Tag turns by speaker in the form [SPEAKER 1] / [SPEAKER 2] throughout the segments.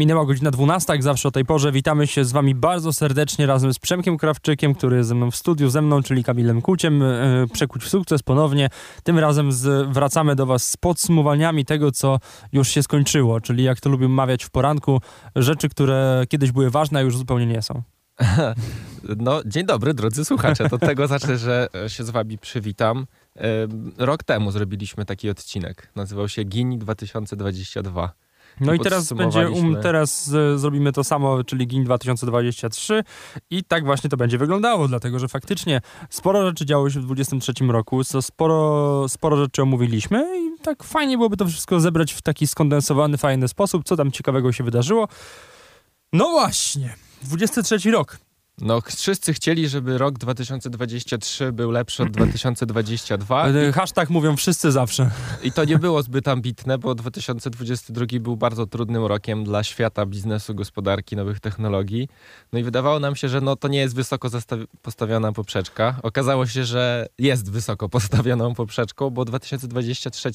[SPEAKER 1] Minęła godzina 12, jak zawsze o tej porze. Witamy się z wami bardzo serdecznie razem z Przemkiem Krawczykiem, który jest ze mną w studiu, ze mną, czyli Kamilem Kuciem. Przekuć w sukces ponownie. Tym razem wracamy do was z podsumowaniami tego, co już się skończyło. Czyli jak to lubię mawiać w poranku, rzeczy, które kiedyś były ważne, a już zupełnie nie są.
[SPEAKER 2] No, dzień dobry, drodzy słuchacze. To tego zacznę, że się z wami przywitam. Rok temu zrobiliśmy taki odcinek. Nazywał się GINI 2022.
[SPEAKER 1] No i teraz zrobimy to samo, czyli GINI 2023 i tak właśnie to będzie wyglądało, dlatego że faktycznie sporo rzeczy działo się w 2023 roku, co sporo rzeczy omówiliśmy i tak fajnie byłoby to wszystko zebrać w taki skondensowany, fajny sposób, co tam ciekawego się wydarzyło. No właśnie, 23 rok.
[SPEAKER 2] No, wszyscy chcieli, żeby rok 2023 był lepszy od 2022.
[SPEAKER 1] Hashtag mówią wszyscy zawsze.
[SPEAKER 2] I to nie było zbyt ambitne, bo 2022 był bardzo trudnym rokiem dla świata biznesu, gospodarki, nowych technologii. No i wydawało nam się, że to nie jest wysoko postawiona poprzeczka. Okazało się, że jest wysoko postawioną poprzeczką, bo 2023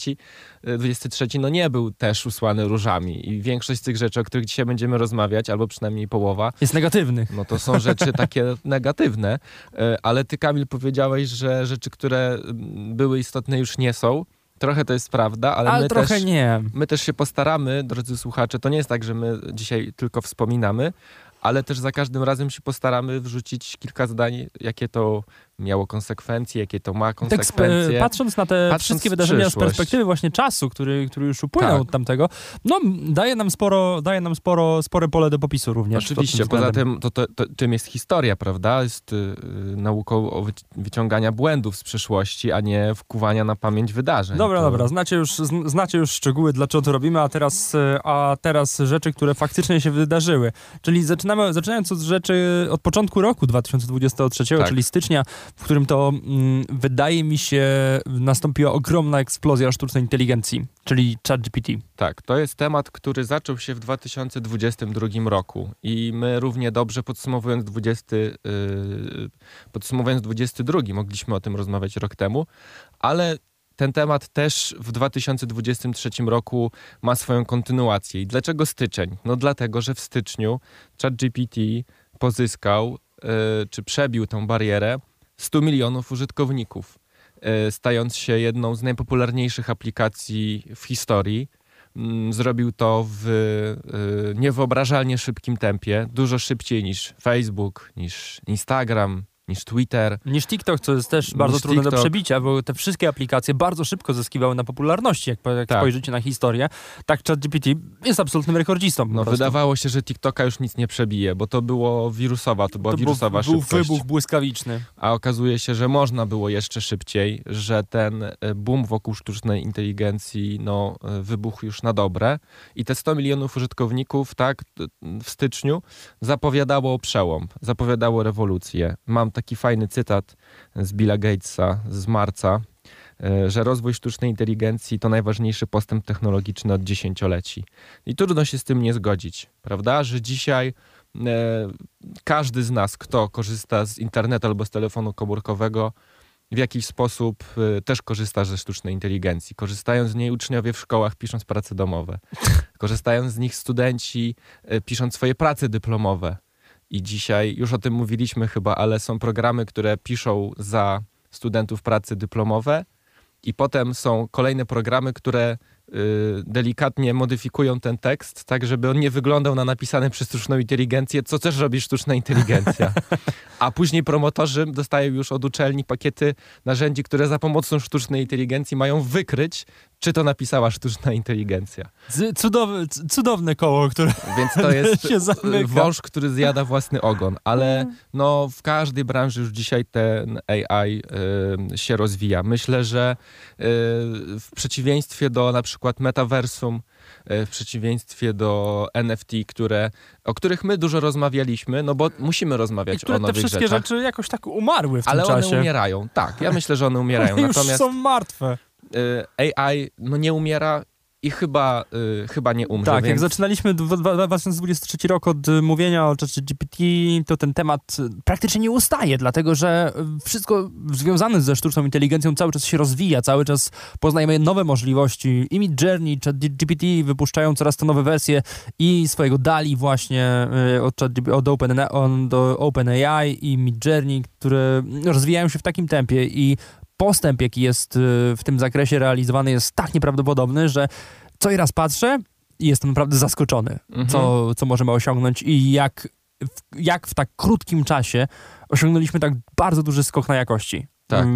[SPEAKER 2] nie był też usłany różami. I większość z tych rzeczy, o których dzisiaj będziemy rozmawiać, albo przynajmniej połowa,
[SPEAKER 1] jest negatywnych.
[SPEAKER 2] No to są rzeczy takie negatywne, ale ty, Kamil, powiedziałeś, że rzeczy, które były istotne, już nie są. Trochę to jest prawda, ale my też się postaramy, drodzy słuchacze, to nie jest tak, że my dzisiaj tylko wspominamy, ale też za każdym razem się postaramy wrzucić kilka zdań, jakie to miało konsekwencje, jakie to ma konsekwencje.
[SPEAKER 1] Patrząc na te wszystkie wydarzenia z perspektywy właśnie czasu, który już upłynął od tamtego, no daje nam spore pole do popisu również.
[SPEAKER 2] Oczywiście, poza tym czym jest historia, prawda? Jest nauką o wyciągania błędów z przeszłości, a nie wkuwania na pamięć wydarzeń.
[SPEAKER 1] Dobra, znacie już szczegóły, dlaczego to robimy, a teraz rzeczy, które faktycznie się wydarzyły. Czyli zaczynając od rzeczy od początku roku 2023, czyli stycznia, w którym to wydaje mi się nastąpiła ogromna eksplozja sztucznej inteligencji, czyli ChatGPT.
[SPEAKER 2] Tak, to jest temat, który zaczął się w 2022 roku i my równie dobrze podsumowując 22, mogliśmy o tym rozmawiać rok temu, ale ten temat też w 2023 roku ma swoją kontynuację. I dlaczego styczeń? No dlatego, że w styczniu ChatGPT pozyskał, czy przebił tą barierę 100 milionów użytkowników, stając się jedną z najpopularniejszych aplikacji w historii. Zrobił to w niewyobrażalnie szybkim tempie, dużo szybciej niż Facebook, niż Instagram, niż Twitter.
[SPEAKER 1] Niż TikTok, co jest też bardzo trudne do przebicia, bo te wszystkie aplikacje bardzo szybko zyskiwały na popularności, jak spojrzycie na historię. Tak, ChatGPT jest absolutnym rekordzistą.
[SPEAKER 2] No, wydawało się, że TikToka już nic nie przebije, bo to była wirusowa szybkość.
[SPEAKER 1] Był wybuch błyskawiczny.
[SPEAKER 2] A okazuje się, że można było jeszcze szybciej, że ten boom wokół sztucznej inteligencji wybuchł już na dobre. I te 100 milionów użytkowników w styczniu zapowiadało przełom, zapowiadało rewolucję. Mam taki fajny cytat z Billa Gatesa z marca, że rozwój sztucznej inteligencji to najważniejszy postęp technologiczny od dziesięcioleci. I trudno się z tym nie zgodzić, prawda? Że dzisiaj każdy z nas, kto korzysta z internetu albo z telefonu komórkowego, w jakiś sposób też korzysta ze sztucznej inteligencji. Korzystają z niej uczniowie w szkołach, pisząc prace domowe. Korzystają z nich studenci, pisząc swoje prace dyplomowe. I dzisiaj, już o tym mówiliśmy chyba, ale są programy, które piszą za studentów prace dyplomowe i potem są kolejne programy, które delikatnie modyfikują ten tekst, tak żeby on nie wyglądał na napisany przez sztuczną inteligencję, co też robi sztuczna inteligencja. A później promotorzy dostają już od uczelni pakiety narzędzi, które za pomocą sztucznej inteligencji mają wykryć, czy to napisała sztuczna inteligencja.
[SPEAKER 1] Cudowne koło, które
[SPEAKER 2] więc to jest
[SPEAKER 1] się zamyka.
[SPEAKER 2] Wąż, który zjada własny ogon, ale w każdej branży już dzisiaj ten AI się rozwija. Myślę, że w przeciwieństwie do na przykład metaversum, w przeciwieństwie do NFT, o których my dużo rozmawialiśmy, no bo musimy rozmawiać o nowych rzeczach.
[SPEAKER 1] Te wszystkie rzeczy jakoś tak umarły w tym czasie.
[SPEAKER 2] Ale one umierają, tak. Ja myślę, że one umierają.
[SPEAKER 1] One już są martwe.
[SPEAKER 2] AI nie umiera i chyba nie umrze.
[SPEAKER 1] Tak,
[SPEAKER 2] więc...
[SPEAKER 1] jak zaczynaliśmy 2023 rok od mówienia o ChatGPT, to ten temat praktycznie nie ustaje, dlatego że wszystko związane ze sztuczną inteligencją cały czas się rozwija, cały czas poznajemy nowe możliwości. I Midjourney, ChatGPT wypuszczają coraz to nowe wersje i swojego DALL-E właśnie od OpenAI i Midjourney, które rozwijają się w takim tempie i postęp, jaki jest w tym zakresie realizowany, jest tak nieprawdopodobny, że co i raz patrzę i jestem naprawdę zaskoczony, co możemy osiągnąć i jak w tak krótkim czasie osiągnęliśmy tak bardzo duży skok na jakości.
[SPEAKER 2] Tak.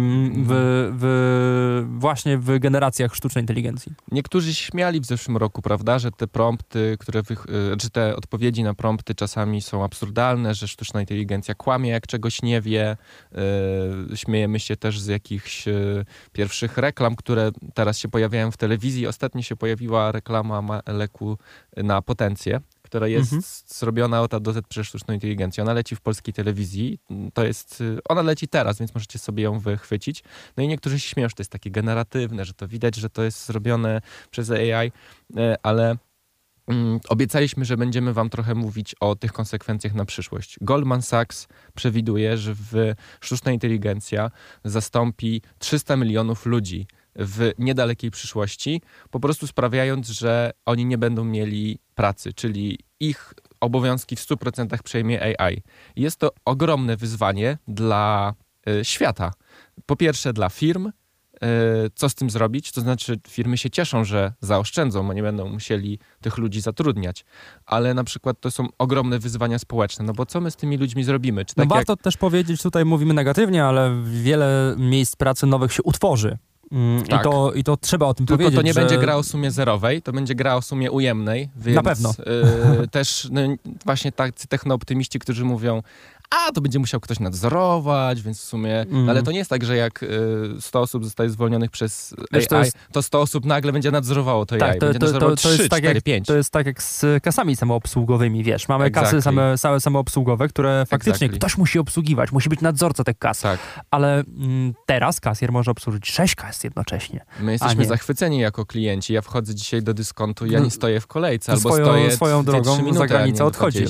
[SPEAKER 1] Właśnie w generacjach sztucznej inteligencji.
[SPEAKER 2] Niektórzy się śmiali w zeszłym roku, prawda, że te prompty, czy te odpowiedzi na prompty czasami są absurdalne, że sztuczna inteligencja kłamie, jak czegoś nie wie. Śmiejemy się też z jakichś pierwszych reklam, które teraz się pojawiają w telewizji. Ostatnio się pojawiła reklama leku na potencję, która jest zrobiona od A do Z przez sztuczną inteligencję. Ona leci w polskiej telewizji. Ona leci teraz, więc możecie sobie ją wychwycić. No i niektórzy się śmieją, że to jest takie generatywne, że to widać, że to jest zrobione przez AI, ale obiecaliśmy, że będziemy wam trochę mówić o tych konsekwencjach na przyszłość. Goldman Sachs przewiduje, że sztuczna inteligencja zastąpi 300 milionów ludzi w niedalekiej przyszłości, po prostu sprawiając, że oni nie będą mieli pracy, czyli ich obowiązki w 100% przejmie AI. Jest to ogromne wyzwanie dla świata. Po pierwsze dla firm, co z tym zrobić, to znaczy firmy się cieszą, że zaoszczędzą, bo nie będą musieli tych ludzi zatrudniać, ale na przykład to są ogromne wyzwania społeczne, no bo co my z tymi ludźmi zrobimy? Czy tak
[SPEAKER 1] warto też powiedzieć, tutaj mówimy negatywnie, ale wiele miejsc pracy nowych się utworzy. Tak. I to trzeba o tym
[SPEAKER 2] Tylko
[SPEAKER 1] powiedzieć.
[SPEAKER 2] To nie będzie gra o sumie zerowej, to będzie gra o sumie ujemnej. Więc
[SPEAKER 1] na pewno.
[SPEAKER 2] Też właśnie tacy technooptymiści, którzy mówią, to będzie musiał ktoś nadzorować, więc w sumie... Ale to nie jest tak, że jak 100 osób zostaje zwolnionych przez AI, to 100 osób nagle będzie nadzorowało to AI. Będzie nadzorowało 3, 4, 5.
[SPEAKER 1] To jest tak jak z kasami samoobsługowymi, wiesz. Mamy kasy samoobsługowe, które faktycznie ktoś musi obsługiwać, musi być nadzorca tych kas. Tak. Ale teraz kasjer może obsłużyć 6 kas jednocześnie.
[SPEAKER 2] My jesteśmy zachwyceni jako klienci. Ja wchodzę dzisiaj do dyskontu, ja nie stoję w kolejce, albo stoję
[SPEAKER 1] swoją drogą
[SPEAKER 2] 3 minuty,
[SPEAKER 1] za granicę odchodzi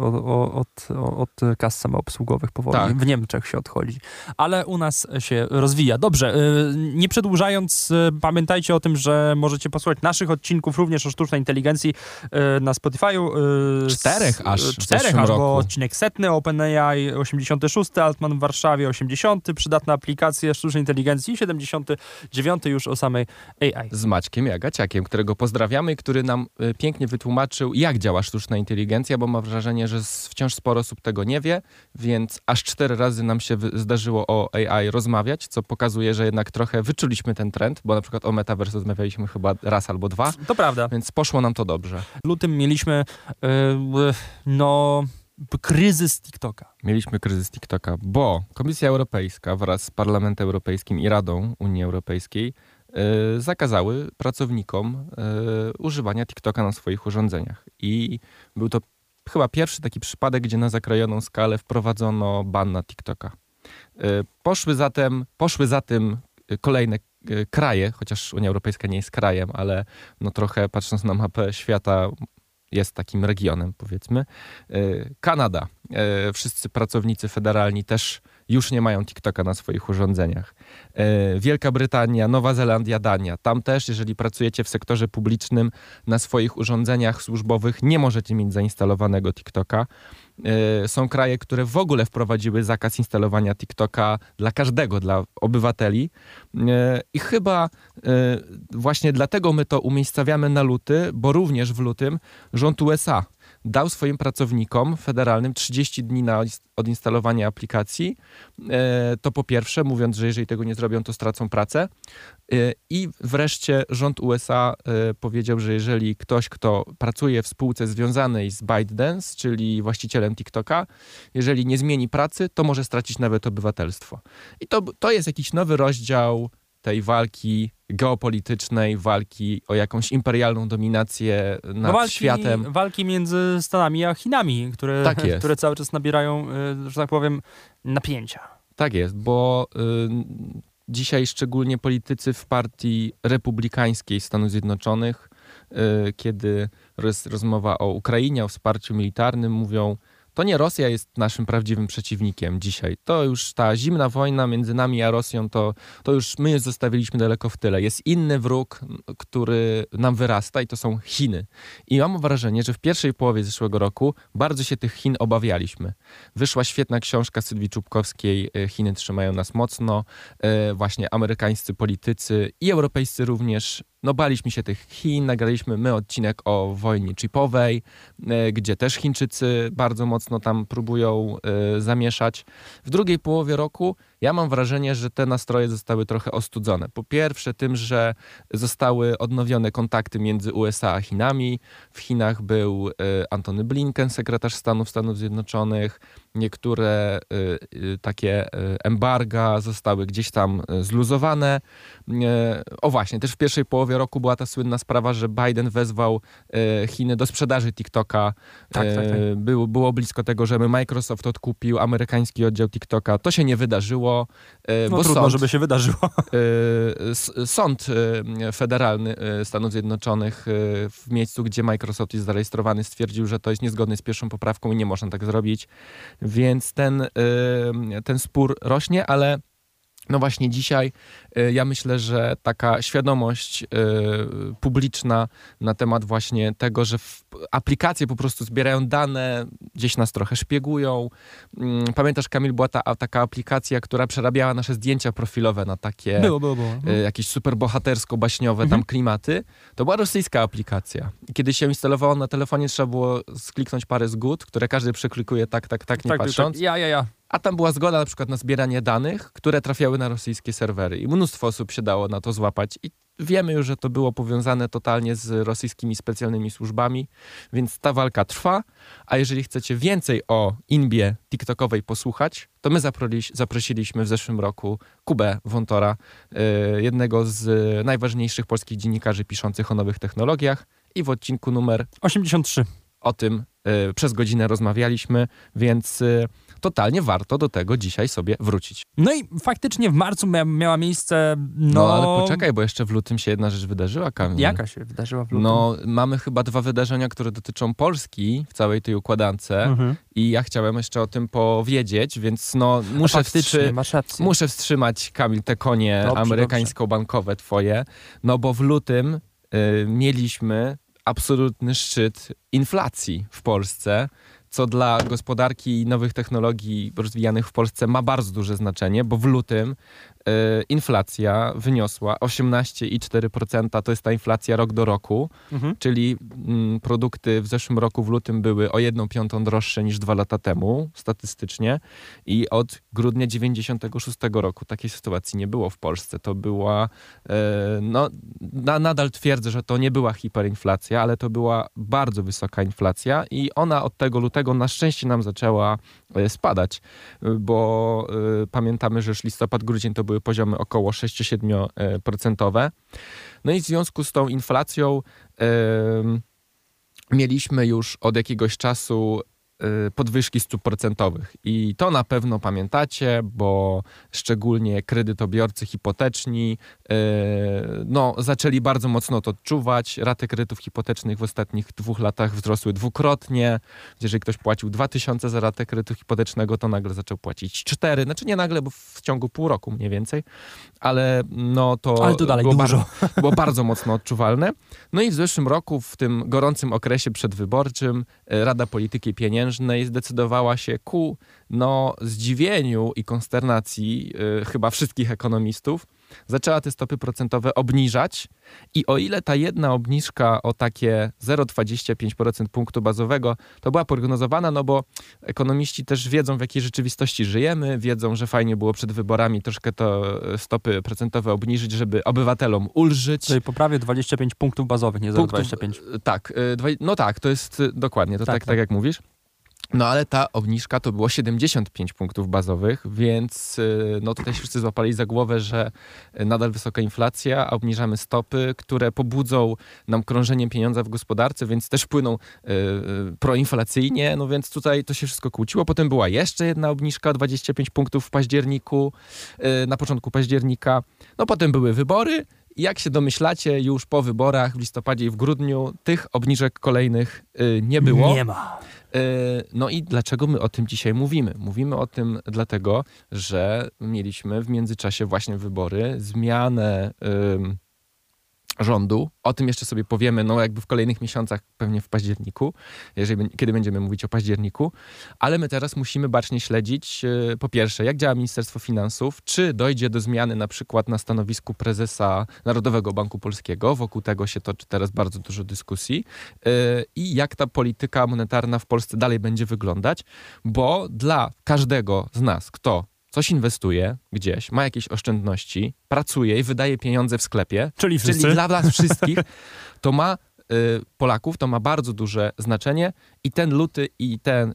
[SPEAKER 1] od kas samoobsługowych powoli. Tak. W Niemczech się odchodzi. Ale u nas się rozwija. Dobrze, nie przedłużając, pamiętajcie o tym, że możecie posłuchać naszych odcinków również o sztucznej inteligencji na Spotify'u.
[SPEAKER 2] 4 aż,
[SPEAKER 1] bo odcinek 100 OpenAI, 86, Altman w Warszawie, 80, przydatne aplikacje sztucznej inteligencji i 79 już o samej AI.
[SPEAKER 2] Z Maćkiem Jagaciakiem, którego pozdrawiamy, który nam pięknie wytłumaczył, jak działa sztuczna inteligencja, bo mam wrażenie, że wciąż sporo osób tego nie wie, więc aż 4 razy nam się zdarzyło o AI rozmawiać, co pokazuje, że jednak trochę wyczuliśmy ten trend, bo na przykład o Metaverse rozmawialiśmy chyba raz albo 2.
[SPEAKER 1] To prawda.
[SPEAKER 2] Więc poszło nam to dobrze.
[SPEAKER 1] W lutym mieliśmy kryzys TikToka.
[SPEAKER 2] Mieliśmy kryzys TikToka, bo Komisja Europejska wraz z Parlamentem Europejskim i Radą Unii Europejskiej zakazały pracownikom używania TikToka na swoich urządzeniach. I był to chyba pierwszy taki przypadek, gdzie na zakrojoną skalę wprowadzono ban na TikToka. Poszły za tym kolejne kraje, chociaż Unia Europejska nie jest krajem, ale no trochę patrząc na mapę świata jest takim regionem, powiedzmy. Kanada. Wszyscy pracownicy federalni też już nie mają TikToka na swoich urządzeniach. Wielka Brytania, Nowa Zelandia, Dania. Tam też, jeżeli pracujecie w sektorze publicznym, na swoich urządzeniach służbowych nie możecie mieć zainstalowanego TikToka. Są kraje, które w ogóle wprowadziły zakaz instalowania TikToka dla każdego, dla obywateli. I chyba właśnie dlatego my to umiejscawiamy na luty, bo również w lutym rząd USA dał swoim pracownikom federalnym 30 dni na odinstalowanie aplikacji. To po pierwsze, mówiąc, że jeżeli tego nie zrobią, to stracą pracę. I wreszcie rząd USA powiedział, że jeżeli ktoś, kto pracuje w spółce związanej z ByteDance, czyli właścicielem TikToka, jeżeli nie zmieni pracy, to może stracić nawet obywatelstwo. I to jest jakiś nowy rozdział tej walki geopolitycznej, walki o jakąś imperialną dominację nad światem.
[SPEAKER 1] Walki między Stanami a Chinami, które cały czas nabierają, że tak powiem, napięcia.
[SPEAKER 2] Tak jest, bo dzisiaj szczególnie politycy w partii republikańskiej Stanów Zjednoczonych kiedy jest rozmowa o Ukrainie, o wsparciu militarnym, mówią: to nie Rosja jest naszym prawdziwym przeciwnikiem dzisiaj. To już ta zimna wojna między nami a Rosją, to już my je zostawiliśmy daleko w tyle. Jest inny wróg, który nam wyrasta i to są Chiny. I mam wrażenie, że w pierwszej połowie zeszłego roku bardzo się tych Chin obawialiśmy. Wyszła świetna książka Sylwii Czubkowskiej, Chiny trzymają nas mocno. Właśnie amerykańscy politycy i europejscy również. No baliśmy się tych Chin, nagraliśmy my odcinek o wojnie chipowej, gdzie też Chińczycy bardzo mocno tam próbują zamieszać. W drugiej połowie roku ja mam wrażenie, że te nastroje zostały trochę ostudzone. Po pierwsze tym, że zostały odnowione kontakty między USA a Chinami. W Chinach był Antony Blinken, sekretarz stanu Stanów Zjednoczonych. Niektóre takie embarga zostały gdzieś tam zluzowane. O właśnie, też w pierwszej połowie roku była ta słynna sprawa, że Biden wezwał Chiny do sprzedaży TikToka. Tak. Było blisko tego, żeby Microsoft odkupił amerykański oddział TikToka. To się nie wydarzyło.
[SPEAKER 1] Bo trudno, żeby się wydarzyło.
[SPEAKER 2] Sąd federalny Stanów Zjednoczonych w miejscu, gdzie Microsoft jest zarejestrowany, stwierdził, że to jest niezgodne z pierwszą poprawką i nie można tak zrobić. Więc ten spór rośnie, ale no właśnie dzisiaj ja myślę, że taka świadomość publiczna na temat właśnie tego, że aplikacje po prostu zbierają dane, gdzieś nas trochę szpiegują. Pamiętasz, Kamil, była taka aplikacja, która przerabiała nasze zdjęcia profilowe na takie
[SPEAKER 1] było.
[SPEAKER 2] Jakieś superbohatersko-baśniowe tam klimaty. To była rosyjska aplikacja. Kiedy się instalowało na telefonie, trzeba było skliknąć parę zgód, które każdy przeklikuje tak, nie patrząc.
[SPEAKER 1] Ja.
[SPEAKER 2] A tam była zgoda na przykład na zbieranie danych, które trafiały na rosyjskie serwery i mnóstwo osób się dało na to złapać i wiemy już, że to było powiązane totalnie z rosyjskimi specjalnymi służbami, więc ta walka trwa, a jeżeli chcecie więcej o inbie TikTokowej posłuchać, to my zaprosiliśmy w zeszłym roku Kubę Wątora, jednego z najważniejszych polskich dziennikarzy piszących o nowych technologiach i w odcinku numer
[SPEAKER 1] 83 o
[SPEAKER 2] tym przez godzinę rozmawialiśmy, więc totalnie warto do tego dzisiaj sobie wrócić.
[SPEAKER 1] No i faktycznie w marcu miała miejsce...
[SPEAKER 2] No ale poczekaj, bo jeszcze w lutym się jedna rzecz wydarzyła, Kamil.
[SPEAKER 1] Jaka się wydarzyła w lutym?
[SPEAKER 2] No mamy chyba 2 wydarzenia, które dotyczą Polski w całej tej układance i ja chciałem jeszcze o tym powiedzieć, więc no muszę wstrzymać, Kamil, te konie amerykańsko-bankowe twoje, no bo w lutym mieliśmy absolutny szczyt inflacji w Polsce, co dla gospodarki i nowych technologii rozwijanych w Polsce ma bardzo duże znaczenie, bo w lutym inflacja wyniosła 18,4%, to jest ta inflacja rok do roku, czyli produkty w zeszłym roku w lutym były o 1/5 droższe niż 2 lata temu statystycznie i od grudnia 96 roku takiej sytuacji nie było w Polsce. To była, nadal twierdzę, że to nie była hiperinflacja, ale to była bardzo wysoka inflacja i ona od tego lutego na szczęście nam zaczęła spadać, bo pamiętamy, że już listopad, grudzień to były poziomy około 6-7%. No i w związku z tą inflacją mieliśmy już od jakiegoś czasu podwyżki stóp procentowych. I to na pewno pamiętacie, bo szczególnie kredytobiorcy hipoteczni zaczęli bardzo mocno to odczuwać. Raty kredytów hipotecznych w ostatnich 2 latach wzrosły dwukrotnie. Jeżeli ktoś płacił 2000 za ratę kredytu hipotecznego, to nagle zaczął płacić 4. Znaczy nie nagle, bo w ciągu pół roku mniej więcej. Ale to
[SPEAKER 1] dalej
[SPEAKER 2] było bardzo mocno odczuwalne. No i w zeszłym roku, w tym gorącym okresie przedwyborczym, Rada Polityki Pieniężnej zdecydowała się ku zdziwieniu i konsternacji chyba wszystkich ekonomistów, zaczęła te stopy procentowe obniżać i o ile ta jedna obniżka o takie 0,25% punktu bazowego to była prognozowana, no bo ekonomiści też wiedzą, w jakiej rzeczywistości żyjemy, wiedzą, że fajnie było przed wyborami troszkę to stopy procentowe obniżyć, żeby obywatelom ulżyć.
[SPEAKER 1] Czyli po prawie 25 punktów bazowych, nie 0,25.
[SPEAKER 2] Tak, to jest dokładnie, to tak jak mówisz. No ale ta obniżka to było 75 punktów bazowych, więc tutaj wszyscy złapali za głowę, że nadal wysoka inflacja, a obniżamy stopy, które pobudzą nam krążenie pieniądza w gospodarce, więc też płyną proinflacyjnie, no więc tutaj to się wszystko kłóciło. Potem była jeszcze jedna obniżka, 25 punktów w październiku, na początku października. No potem były wybory Jak się domyślacie, już po wyborach w listopadzie i w grudniu tych obniżek kolejnych nie było.
[SPEAKER 1] Nie ma.
[SPEAKER 2] No i dlaczego my o tym dzisiaj mówimy? Mówimy o tym dlatego, że mieliśmy w międzyczasie właśnie wybory, zmianę rządu. O tym jeszcze sobie powiemy, no jakby w kolejnych miesiącach, pewnie w październiku, kiedy będziemy mówić o październiku. Ale my teraz musimy bacznie śledzić, po pierwsze, jak działa Ministerstwo Finansów, czy dojdzie do zmiany na przykład na stanowisku prezesa Narodowego Banku Polskiego. Wokół tego się toczy teraz bardzo dużo dyskusji. I jak ta polityka monetarna w Polsce dalej będzie wyglądać, bo dla każdego z nas, kto coś inwestuje gdzieś, ma jakieś oszczędności, pracuje i wydaje pieniądze w sklepie,
[SPEAKER 1] czyli
[SPEAKER 2] dla nas wszystkich, to ma Polaków, to ma bardzo duże znaczenie i ten luty i ten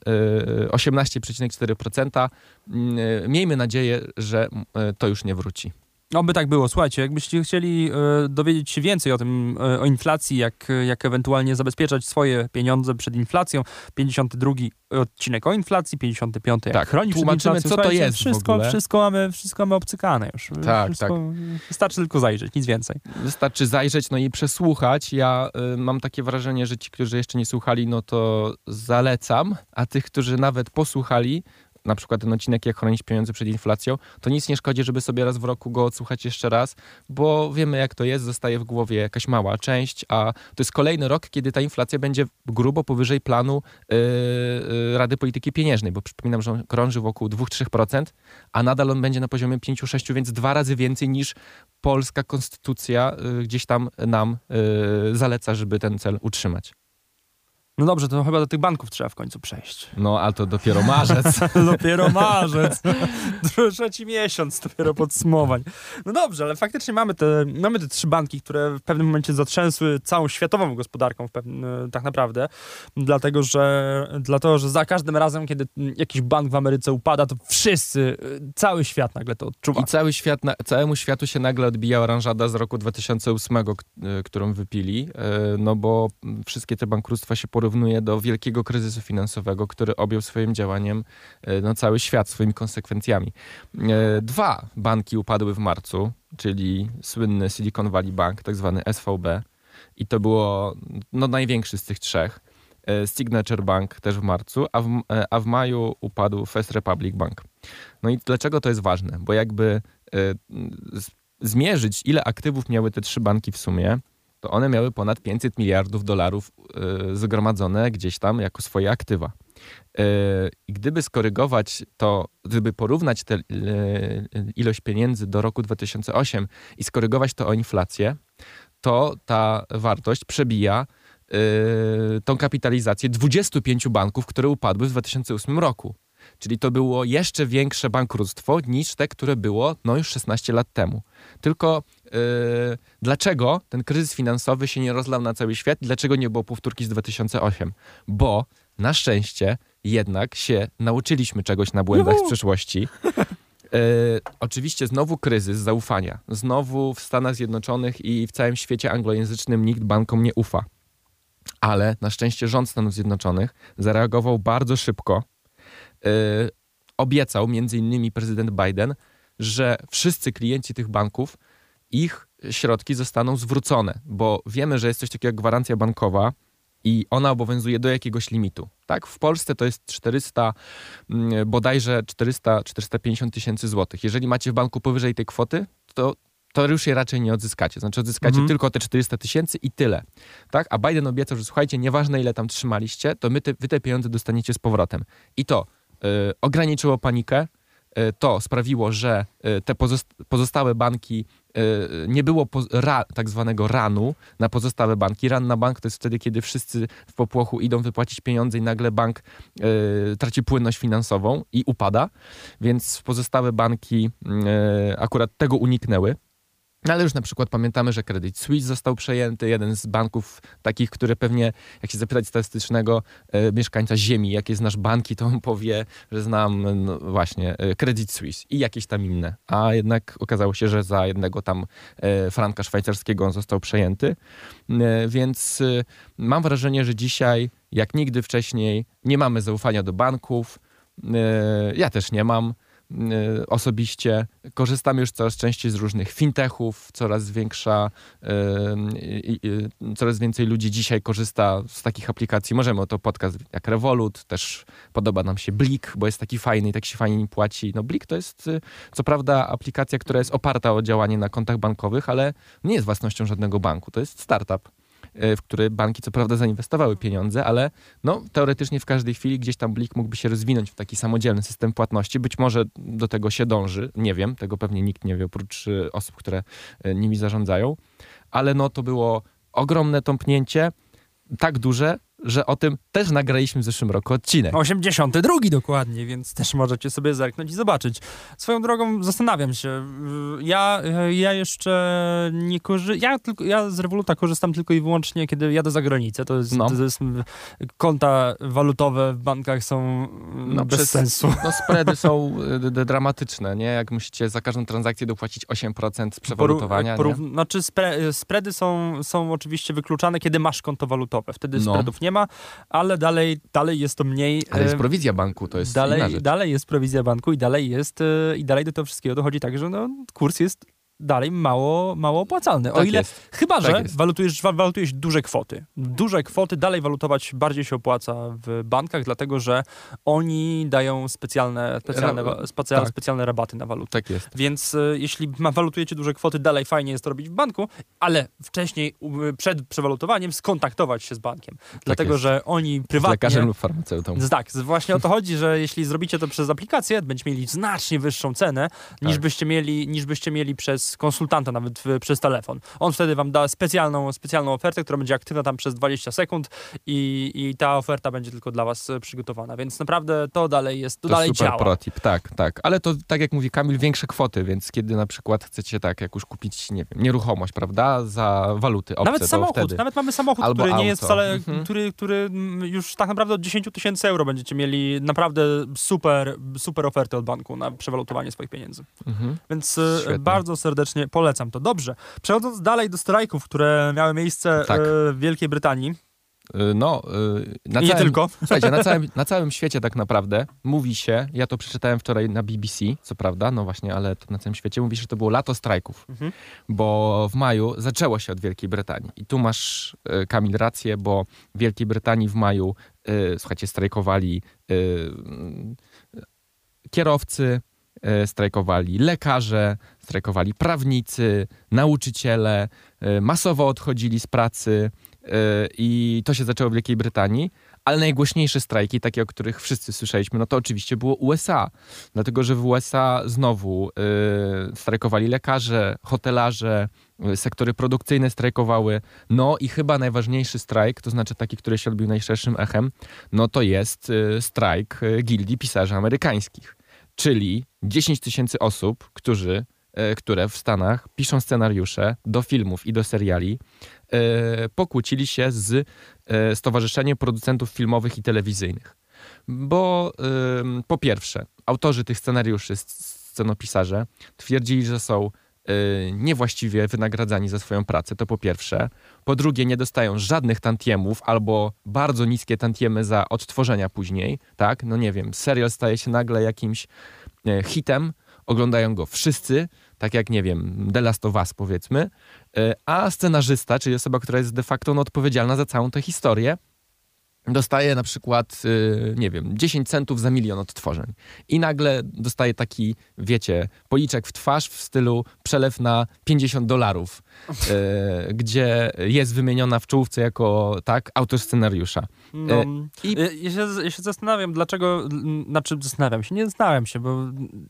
[SPEAKER 2] 18,4% miejmy nadzieję, że to już nie wróci.
[SPEAKER 1] Oby tak było. Słuchajcie, jakbyście chcieli dowiedzieć się więcej o tym, o inflacji, jak ewentualnie zabezpieczać swoje pieniądze przed inflacją, 52 odcinek o inflacji, 55 jak chronić przed inflacją.
[SPEAKER 2] Co to jest
[SPEAKER 1] wszystko mamy obcykane już.
[SPEAKER 2] Tak.
[SPEAKER 1] Wystarczy tylko zajrzeć, nic więcej.
[SPEAKER 2] Wystarczy zajrzeć, no i przesłuchać. Ja mam takie wrażenie, że ci, którzy jeszcze nie słuchali, no to zalecam, a tych, którzy nawet posłuchali, na przykład ten odcinek Jak chronić pieniądze przed inflacją, to nic nie szkodzi, żeby sobie raz w roku go odsłuchać jeszcze raz, bo wiemy jak to jest, zostaje w głowie jakaś mała część, a to jest kolejny rok, kiedy ta inflacja będzie grubo powyżej planu Rady Polityki Pieniężnej, bo przypominam, że on krąży wokół 2-3%, a nadal on będzie na poziomie 5-6%, więc 2 razy więcej niż polska konstytucja gdzieś tam nam zaleca, żeby ten cel utrzymać.
[SPEAKER 1] No dobrze, to chyba do tych banków trzeba w końcu przejść.
[SPEAKER 2] No, a to dopiero marzec.
[SPEAKER 1] Dopiero marzec. 3 miesiąc dopiero podsumowań. No dobrze, ale faktycznie mamy te 3 banki, które w pewnym momencie zatrzęsły całą światową gospodarką tak naprawdę. Dlatego, że za każdym razem, kiedy jakiś bank w Ameryce upada, to cały świat nagle to odczuwa.
[SPEAKER 2] I całemu światu się nagle odbija oranżada z roku 2008, którą wypili, no bo wszystkie te bankructwa się porównuje do wielkiego kryzysu finansowego, który objął swoim działaniem cały świat, swoimi konsekwencjami. 2 banki upadły w marcu, czyli słynny Silicon Valley Bank, tak zwany SVB, i to było największy z tych 3. Signature Bank też w marcu, a w maju upadł First Republic Bank. No i dlaczego to jest ważne? Bo jakby zmierzyć, ile aktywów miały te 3 banki w sumie, to one miały ponad $500 miliardów zgromadzone gdzieś tam jako swoje aktywa. I gdyby skorygować to, gdyby porównać tę ilość pieniędzy do roku 2008 i skorygować to o inflację, to ta wartość przebija tą kapitalizację 25 banków, które upadły w 2008 roku. Czyli to było jeszcze większe bankructwo niż te, które było już 16 lat temu. Tylko dlaczego ten kryzys finansowy się nie rozlał na cały świat? Dlaczego nie było powtórki z 2008? Bo na szczęście jednak się nauczyliśmy czegoś na błędach z przeszłości. Oczywiście znowu kryzys zaufania. Znowu w Stanach Zjednoczonych i w całym świecie anglojęzycznym nikt bankom nie ufa. Ale na szczęście rząd Stanów Zjednoczonych zareagował bardzo szybko. Obiecał między innymi prezydent Biden, że wszyscy klienci tych banków, ich środki zostaną zwrócone, bo wiemy, że jest coś takiego jak gwarancja bankowa i ona obowiązuje do jakiegoś limitu. Tak? W Polsce to jest 450 tysięcy złotych. Jeżeli macie w banku powyżej tej kwoty, to już je raczej nie odzyskacie. Znaczy odzyskacie tylko te 400 tysięcy i tyle. Tak? A Biden obiecał, że słuchajcie, nieważne ile tam trzymaliście, to wy te pieniądze dostaniecie z powrotem. I to ograniczyło panikę, to sprawiło, że te pozostałe banki, nie było tak zwanego runu na pozostałe banki. Run na bank to jest wtedy, kiedy wszyscy w popłochu idą wypłacić pieniądze i nagle bank traci płynność finansową i upada, więc pozostałe banki akurat tego uniknęły. Ale już na przykład pamiętamy, że Credit Suisse został przejęty, jeden z banków takich, które pewnie, jak się zapytać statystycznego mieszkańca ziemi, jakie znasz banki, to on powie, że znam właśnie Credit Suisse i jakieś tam inne. A jednak okazało się, że za jednego tam franka szwajcarskiego on został przejęty. Więc mam wrażenie, że dzisiaj, jak nigdy wcześniej, nie mamy zaufania do banków. Ja też nie mam. osobiście korzystamy już coraz częściej z różnych fintechów, coraz więcej ludzi dzisiaj korzysta z takich aplikacji. Możemy o to podcast jak Revolut, też podoba nam się Blik, bo jest taki fajny i tak się fajnie płaci. No Blik to jest co prawda aplikacja, która jest oparta o działanie na kontach bankowych, ale nie jest własnością żadnego banku. To jest startup, w który banki co prawda zainwestowały pieniądze, ale no, teoretycznie w każdej chwili gdzieś tam Blik mógłby się rozwinąć w taki samodzielny system płatności. Być może do tego się dąży, nie wiem, tego pewnie nikt nie wie, oprócz osób, które nimi zarządzają, ale no to było ogromne tąpnięcie, tak duże, że o tym też nagraliśmy w zeszłym roku odcinek.
[SPEAKER 1] 82 dokładnie, więc też możecie sobie zerknąć i zobaczyć. Swoją drogą zastanawiam się. Ja jeszcze nie korzystam. Ja z Revoluta korzystam tylko i wyłącznie, kiedy jadę za granicę. To jest konta walutowe w bankach są bez sensu.
[SPEAKER 2] No spready są dramatyczne, nie? Jak musicie za każdą transakcję dopłacić 8% przewalutowania.
[SPEAKER 1] Znaczy spready są oczywiście wykluczane, kiedy masz konto walutowe. Wtedy spreadów nie ma, ale dalej jest to mniej.
[SPEAKER 2] Ale jest prowizja banku, to jest inna rzecz.
[SPEAKER 1] Dalej jest prowizja banku i dalej do tego wszystkiego dochodzi tak, że kurs jest dalej mało opłacalny.
[SPEAKER 2] Tak
[SPEAKER 1] Chyba że walutujesz duże kwoty. Duże kwoty dalej walutować bardziej się opłaca w bankach, dlatego że oni dają specjalne rabaty na walutę.
[SPEAKER 2] Tak jest.
[SPEAKER 1] Więc jeśli walutujecie duże kwoty, dalej fajnie jest to robić w banku, ale wcześniej, przed przewalutowaniem, skontaktować się z bankiem. Dlatego, że oni prywatnie...
[SPEAKER 2] Z lekarzem lub farmaceutą.
[SPEAKER 1] Tak, właśnie o to chodzi, że jeśli zrobicie to przez aplikację, będziecie mieli znacznie wyższą cenę, niż byście mieli przez konsultanta, nawet przez telefon. On wtedy wam da specjalną ofertę, która będzie aktywna tam przez 20 sekund i ta oferta będzie tylko dla was przygotowana. Więc naprawdę to dalej
[SPEAKER 2] super
[SPEAKER 1] działa.
[SPEAKER 2] Protip, tak. Ale to, tak jak mówi Kamil, większe kwoty, więc kiedy na przykład chcecie jak już kupić, nie wiem, nieruchomość, prawda, za waluty obce,
[SPEAKER 1] nawet samochód,
[SPEAKER 2] wtedy...
[SPEAKER 1] Nawet mamy samochód,
[SPEAKER 2] albo
[SPEAKER 1] który
[SPEAKER 2] auto.
[SPEAKER 1] Nie jest wcale, który już tak naprawdę od 10 000 euro będziecie mieli naprawdę super oferty od banku na przewalutowanie swoich pieniędzy. Więc bardzo serdecznie polecam to. Dobrze. Przechodząc dalej do strajków, które miały miejsce w Wielkiej Brytanii. Tylko.
[SPEAKER 2] Słuchajcie, na całym świecie tak naprawdę mówi się, ja to przeczytałem wczoraj na BBC, co prawda, no właśnie, ale to na całym świecie mówi się, że to było lato strajków, bo w maju zaczęło się od Wielkiej Brytanii. I tu masz, Kamil, rację, bo w Wielkiej Brytanii w maju, słuchajcie, strajkowali kierowcy, strajkowali lekarze, strajkowali prawnicy, nauczyciele, masowo odchodzili z pracy i to się zaczęło w Wielkiej Brytanii, ale najgłośniejsze strajki, takie o których wszyscy słyszeliśmy, no to oczywiście było USA, dlatego że w USA znowu strajkowali lekarze, hotelarze, sektory produkcyjne strajkowały, no i chyba najważniejszy strajk, to znaczy taki, który się odbił najszerszym echem, no to jest strajk Gildii Pisarzy Amerykańskich. Czyli 10 000 osób, które w Stanach piszą scenariusze do filmów i do seriali, pokłócili się z Stowarzyszeniem Producentów Filmowych i Telewizyjnych. Bo po pierwsze, autorzy tych scenariuszy, scenopisarze, twierdzili, że są niewłaściwie wynagradzani za swoją pracę, to po pierwsze. Po drugie, nie dostają żadnych tantiemów albo bardzo niskie tantiemy za odtworzenia później, tak? No nie wiem, serial staje się nagle jakimś hitem, oglądają go wszyscy, tak jak, nie wiem, The Last of Us, powiedzmy, a scenarzysta, czyli osoba, która jest de facto odpowiedzialna za całą tę historię, dostaje na przykład, nie wiem, 10 centów za 1 milion odtworzeń. I nagle dostaje taki, wiecie, policzek w twarz w stylu przelew na $50, gdzie jest wymieniona w czołówce jako, tak, autor scenariusza.
[SPEAKER 1] Ja się zastanawiam, dlaczego, nie zastanawiam się, bo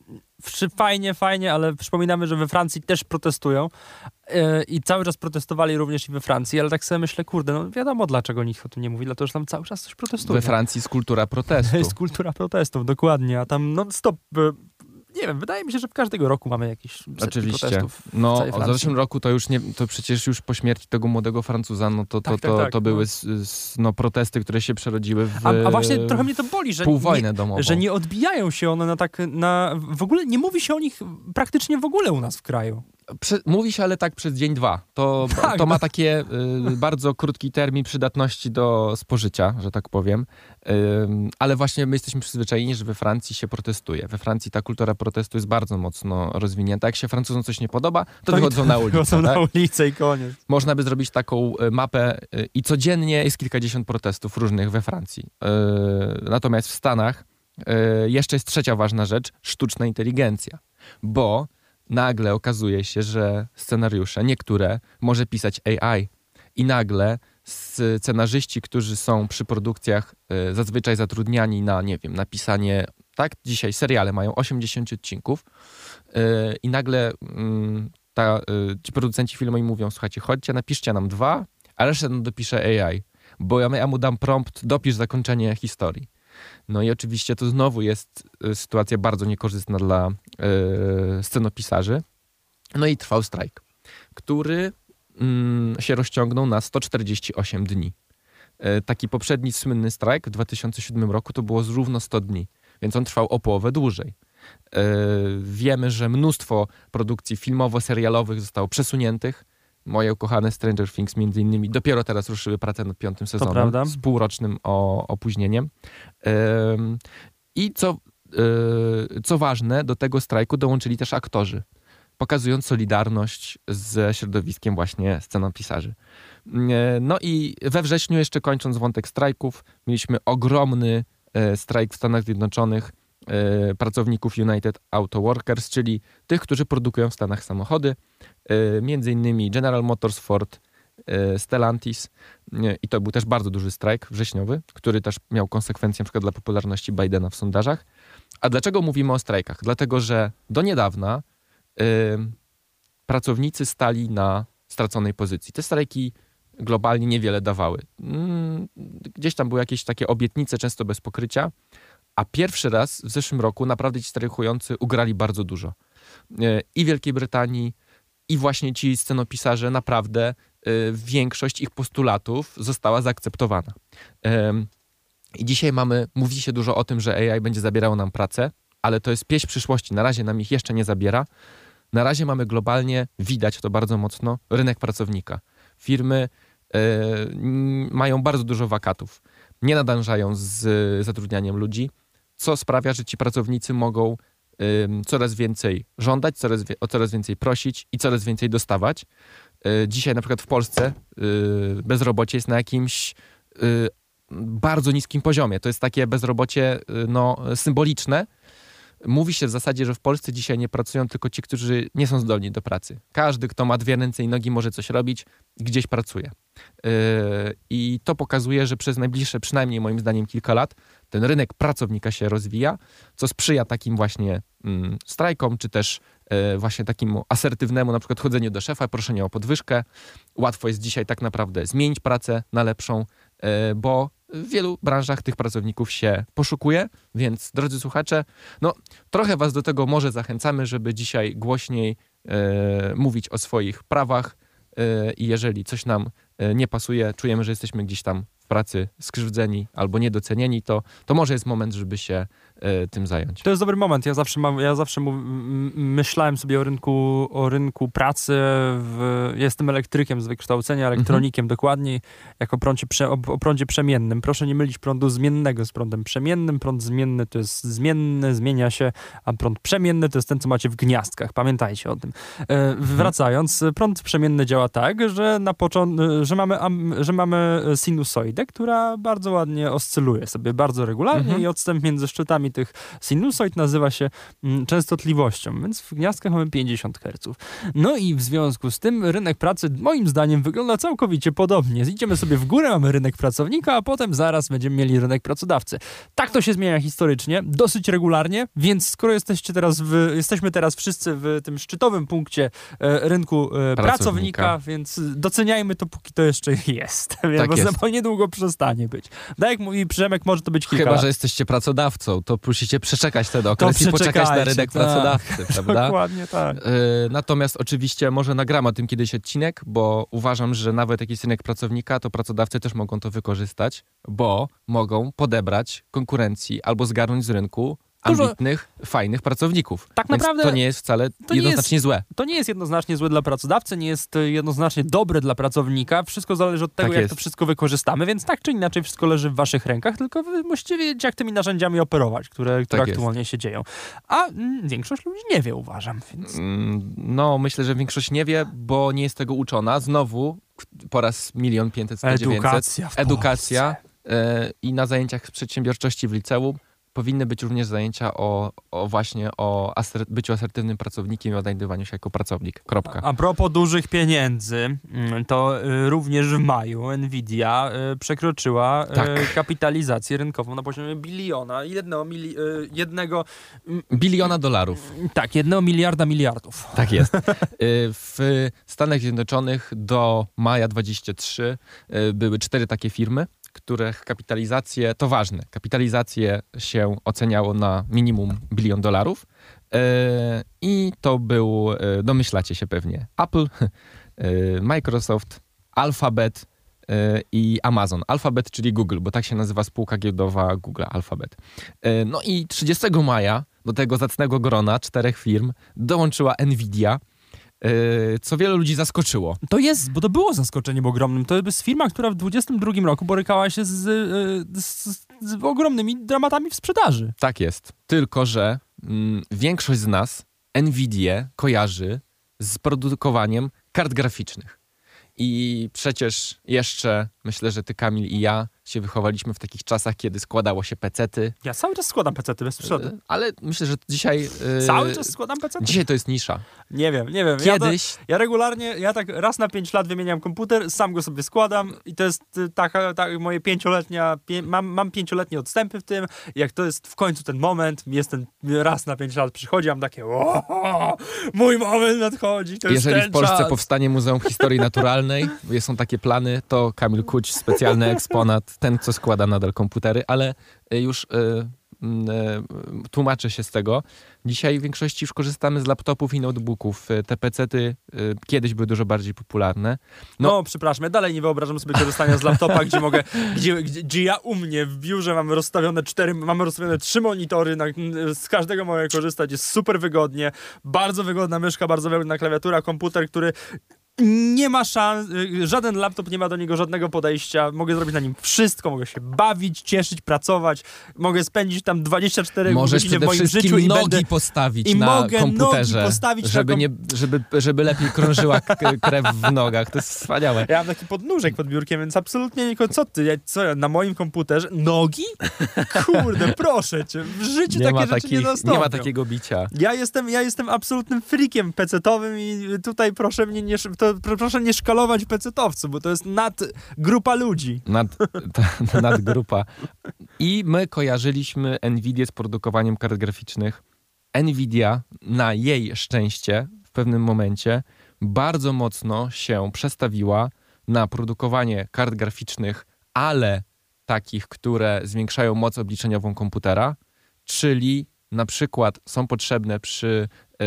[SPEAKER 1] fajnie, ale przypominamy, że we Francji też protestują i cały czas protestowali również i we Francji, ale tak sobie myślę, kurde, no wiadomo dlaczego nikt o tym nie mówi, dlatego że tam cały czas coś protestuje.
[SPEAKER 2] We Francji jest kultura protestu.
[SPEAKER 1] Jest kultura protestów, dokładnie, a tam non-stop... Nie wiem, wydaje mi się, że w każdego roku mamy jakieś setki protestów.
[SPEAKER 2] No, w zeszłym roku to już nie, to przecież już po śmierci tego młodego Francuza, no to były protesty, które się przerodziły w
[SPEAKER 1] a właśnie trochę mnie to boli, że
[SPEAKER 2] półwojnę domową.
[SPEAKER 1] Że nie odbijają się one w ogóle nie mówi się o nich praktycznie w ogóle u nas w kraju.
[SPEAKER 2] Mówi się, ale tak przez dzień, dwa. To ma takie bardzo krótki termin przydatności do spożycia, że tak powiem. Ale właśnie my jesteśmy przyzwyczajeni, że we Francji się protestuje. We Francji ta kultura protestu jest bardzo mocno rozwinięta. Jak się Francuzom coś nie podoba, to wychodzą na ulicę.
[SPEAKER 1] Wychodzą na ulicę i koniec.
[SPEAKER 2] Można by zrobić taką mapę i codziennie jest kilkadziesiąt protestów różnych we Francji. Natomiast w Stanach jeszcze jest trzecia ważna rzecz, sztuczna inteligencja. Bo nagle okazuje się, że scenariusze, niektóre, może pisać AI. I nagle scenarzyści, którzy są przy produkcjach zazwyczaj zatrudniani na, nie wiem, napisanie, tak, dzisiaj seriale mają 80 odcinków i nagle ci producenci filmowi mówią, słuchajcie, chodźcie, napiszcie nam 2, a resztę nam dopisze AI, bo ja mu dam prompt, dopisz zakończenie historii. No i oczywiście to znowu jest sytuacja bardzo niekorzystna dla scenopisarzy. No i trwał strajk, który się rozciągnął na 148 dni. Taki poprzedni słynny strajk w 2007 roku to było równo 100 dni, więc on trwał o połowę dłużej. Wiemy, że mnóstwo produkcji filmowo-serialowych zostało przesuniętych. Moje ukochane Stranger Things między innymi dopiero teraz ruszyły pracę nad 5. sezonem z półrocznym opóźnieniem. I co ważne, do tego strajku dołączyli też aktorzy, pokazując solidarność ze środowiskiem właśnie scenopisarzy. No i we wrześniu, jeszcze kończąc wątek strajków, mieliśmy ogromny strajk w Stanach Zjednoczonych pracowników United Auto Workers, czyli tych, którzy produkują w Stanach samochody, między innymi General Motors, Ford, Stellantis i to był też bardzo duży strajk wrześniowy, który też miał konsekwencje np. dla popularności Bidena w sondażach. A dlaczego mówimy o strajkach? Dlatego, że do niedawna pracownicy stali na straconej pozycji. Te strajki globalnie niewiele dawały. Gdzieś tam były jakieś takie obietnice, często bez pokrycia, a pierwszy raz w zeszłym roku naprawdę ci strajkujący ugrali bardzo dużo. I w Wielkiej Brytanii, i właśnie ci scenopisarze, naprawdę większość ich postulatów została zaakceptowana. I dzisiaj mówi się dużo o tym, że AI będzie zabierało nam pracę, ale to jest pieśń przyszłości. Na razie nam ich jeszcze nie zabiera. Na razie mamy globalnie, widać to bardzo mocno, rynek pracownika. Firmy mają bardzo dużo wakatów. Nie nadążają z zatrudnianiem ludzi, co sprawia, że ci pracownicy mogą coraz więcej żądać, o coraz więcej prosić i coraz więcej dostawać. Dzisiaj na przykład w Polsce bezrobocie jest na jakimś bardzo niskim poziomie. To jest takie bezrobocie symboliczne. Mówi się w zasadzie, że w Polsce dzisiaj nie pracują tylko ci, którzy nie są zdolni do pracy. Każdy, kto ma 2 ręce i nogi, może coś robić, gdzieś pracuje. I to pokazuje, że przez najbliższe, przynajmniej moim zdaniem, kilka lat ten rynek pracownika się rozwija, co sprzyja takim właśnie strajkom, czy też właśnie takiemu asertywnemu na przykład chodzeniu do szefa, proszeniu o podwyżkę. Łatwo jest dzisiaj tak naprawdę zmienić pracę na lepszą, bo w wielu branżach tych pracowników się poszukuje, więc drodzy słuchacze, trochę was do tego może zachęcamy, żeby dzisiaj głośniej mówić o swoich prawach i jeżeli coś nam nie pasuje, czujemy, że jesteśmy gdzieś tam w pracy skrzywdzeni albo niedocenieni, to może jest moment, żeby się tym zająć.
[SPEAKER 1] To jest dobry moment. Ja zawsze myślałem sobie o rynku pracy. Jestem elektrykiem z wykształcenia, elektronikiem dokładniej, jako o prądzie przemiennym. Proszę nie mylić prądu zmiennego z prądem przemiennym. Prąd zmienny to jest zmienny, zmienia się, a prąd przemienny to jest ten, co macie w gniazdkach. Pamiętajcie o tym. Wracając, prąd przemienny działa tak, że że mamy sinusoidę, która bardzo ładnie oscyluje sobie, bardzo regularnie i odstęp między szczytami tych sinusoid nazywa się częstotliwością, więc w gniazdkach mamy 50 Hz. No i w związku z tym rynek pracy moim zdaniem wygląda całkowicie podobnie. Idziemy sobie w górę, mamy rynek pracownika, a potem zaraz będziemy mieli rynek pracodawcy. Tak to się zmienia historycznie, dosyć regularnie, więc skoro jesteśmy teraz wszyscy w tym szczytowym punkcie rynku pracownika, więc doceniajmy to, póki to jeszcze jest.
[SPEAKER 2] Tak
[SPEAKER 1] bo niedługo przestanie być. Tak jak mówi Przemek, może to być kilka
[SPEAKER 2] Chyba,
[SPEAKER 1] lat.
[SPEAKER 2] że jesteście pracodawcą, to musicie przeczekać ten okres i poczekać na rynek pracodawcy, prawda?
[SPEAKER 1] Dokładnie tak.
[SPEAKER 2] Natomiast oczywiście może nagram o tym kiedyś odcinek, bo uważam, że nawet jak jest rynek pracownika, to pracodawcy też mogą to wykorzystać, bo mogą podebrać konkurencji albo zgarnąć z rynku ambitnych, fajnych pracowników.
[SPEAKER 1] Tak naprawdę
[SPEAKER 2] to nie jest wcale jednoznacznie złe.
[SPEAKER 1] To nie jest jednoznacznie złe dla pracodawcy, nie jest jednoznacznie dobre dla pracownika. Wszystko zależy od tego, jak to wszystko wykorzystamy, więc tak czy inaczej wszystko leży w waszych rękach, tylko wy musicie wiedzieć, jak tymi narzędziami operować, które aktualnie się dzieją. A większość ludzi nie wie, uważam. Więc...
[SPEAKER 2] No, myślę, że większość nie wie, bo nie jest tego uczona. Znowu po raz 1 500 000 edukacja i na zajęciach z przedsiębiorczości w liceum powinny być również zajęcia o byciu asertywnym pracownikiem i odnajdywaniu się jako pracownik. Kropka.
[SPEAKER 1] A propos dużych pieniędzy, to również w maju Nvidia przekroczyła kapitalizację rynkową na poziomie biliona.
[SPEAKER 2] Biliona dolarów.
[SPEAKER 1] Tak, 1 miliarda miliardów.
[SPEAKER 2] Tak jest. W Stanach Zjednoczonych do maja 2023 były 4 takie firmy, których kapitalizacje, to ważne, kapitalizacje się oceniało na minimum $1 bilion i to był, domyślacie się pewnie, Apple, Microsoft, Alphabet i Amazon. Alphabet, czyli Google, bo tak się nazywa spółka giełdowa Google, Alphabet. No i 30 maja do tego zacnego grona 4 firm dołączyła Nvidia, co wielu ludzi zaskoczyło.
[SPEAKER 1] Bo to było zaskoczeniem ogromnym. To jest firma, która w 2022 roku borykała się z ogromnymi dramatami w sprzedaży.
[SPEAKER 2] Tak jest. Tylko że większość z nas Nvidię kojarzy z produkowaniem kart graficznych. I przecież jeszcze, myślę, że ty, Kamil, i ja się wychowaliśmy w takich czasach, kiedy składało się pecety.
[SPEAKER 1] Ja cały czas składam pecety bez przeszkody.
[SPEAKER 2] Ale myślę, że dzisiaj...
[SPEAKER 1] Cały czas składam pecety?
[SPEAKER 2] Dzisiaj to jest nisza.
[SPEAKER 1] Nie wiem.
[SPEAKER 2] Kiedyś...
[SPEAKER 1] Ja regularnie, tak raz na 5 lat wymieniam komputer, sam go sobie składam i to jest moje 5-letnia... Mam 5-letnie odstępy w tym. Jak to jest w końcu ten moment, raz na 5 lat przychodzi, mam takie mój moment nadchodzi, to jest
[SPEAKER 2] Jeżeli
[SPEAKER 1] ten
[SPEAKER 2] w Polsce
[SPEAKER 1] czas.
[SPEAKER 2] powstanie Muzeum Historii Naturalnej, są takie plany, to Kamil Kuć, specjalny eksponat, ten, co składa nadal komputery, ale już tłumaczę się z tego. Dzisiaj w większości już korzystamy z laptopów i notebooków. Te pecety kiedyś były dużo bardziej popularne.
[SPEAKER 1] No, przepraszam, ja dalej nie wyobrażam sobie korzystania z laptopa, gdzie ja u mnie w biurze mamy rozstawione 3 monitory, z każdego mogę korzystać, jest super wygodnie, bardzo wygodna myszka, bardzo wygodna klawiatura, komputer, który nie ma szans, żaden laptop nie ma do niego żadnego podejścia, mogę zrobić na nim wszystko, mogę się bawić, cieszyć, pracować, mogę spędzić tam 24 godziny w moim życiu i
[SPEAKER 2] nogi postawić na komputerze, żeby lepiej krążyła krew w nogach, to jest wspaniałe.
[SPEAKER 1] Ja mam taki podnóżek pod biurkiem, więc absolutnie na moim komputerze nogi? Kurde, proszę cię, w życiu takie rzeczy nie nastąpią.
[SPEAKER 2] Nie ma takiego bicia.
[SPEAKER 1] Ja jestem absolutnym freakiem pecetowym i tutaj proszę mnie proszę nie szkalować pecetowcu, bo to jest nadgrupa ludzi.
[SPEAKER 2] Nadgrupa. I my kojarzyliśmy Nvidię z produkowaniem kart graficznych. Nvidia, na jej szczęście, w pewnym momencie bardzo mocno się przestawiła na produkowanie kart graficznych, ale takich, które zwiększają moc obliczeniową komputera, czyli na przykład są potrzebne przy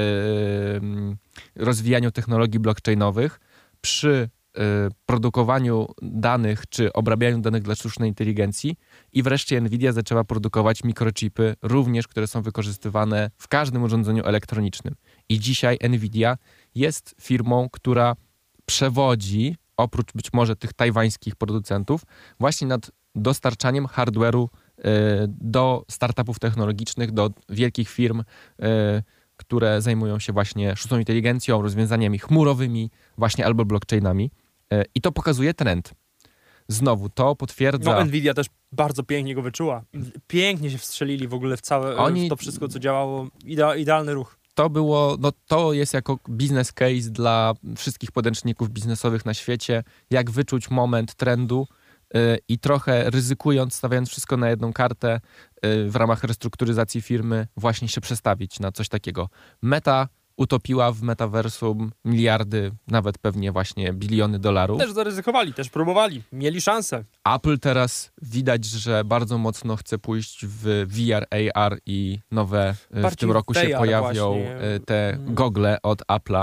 [SPEAKER 2] rozwijaniu technologii blockchainowych, przy produkowaniu danych czy obrabianiu danych dla sztucznej inteligencji i wreszcie Nvidia zaczęła produkować mikrochipy również, które są wykorzystywane w każdym urządzeniu elektronicznym. I dzisiaj Nvidia jest firmą, która przewodzi, oprócz być może tych tajwańskich producentów, właśnie nad dostarczaniem hardware'u do startupów technologicznych, do wielkich firm, które zajmują się właśnie sztuczną inteligencją, rozwiązaniami chmurowymi, właśnie albo blockchainami. I to pokazuje trend. Znowu, to potwierdza...
[SPEAKER 1] No, Nvidia też bardzo pięknie go wyczuła. Pięknie się wstrzelili w ogóle w to wszystko, co działało. Idealny ruch.
[SPEAKER 2] To jest jako business case dla wszystkich podręczników biznesowych na świecie, jak wyczuć moment trendu i trochę ryzykując, stawiając wszystko na jedną kartę w ramach restrukturyzacji firmy, właśnie się przestawić na coś takiego. Meta utopiła w metaversum miliardy, nawet pewnie właśnie biliony dolarów.
[SPEAKER 1] Też zaryzykowali, też próbowali, mieli szansę.
[SPEAKER 2] Apple teraz widać, że bardzo mocno chce pójść w VR, AR i nowe w tym roku się pojawią te gogle od Apple'a.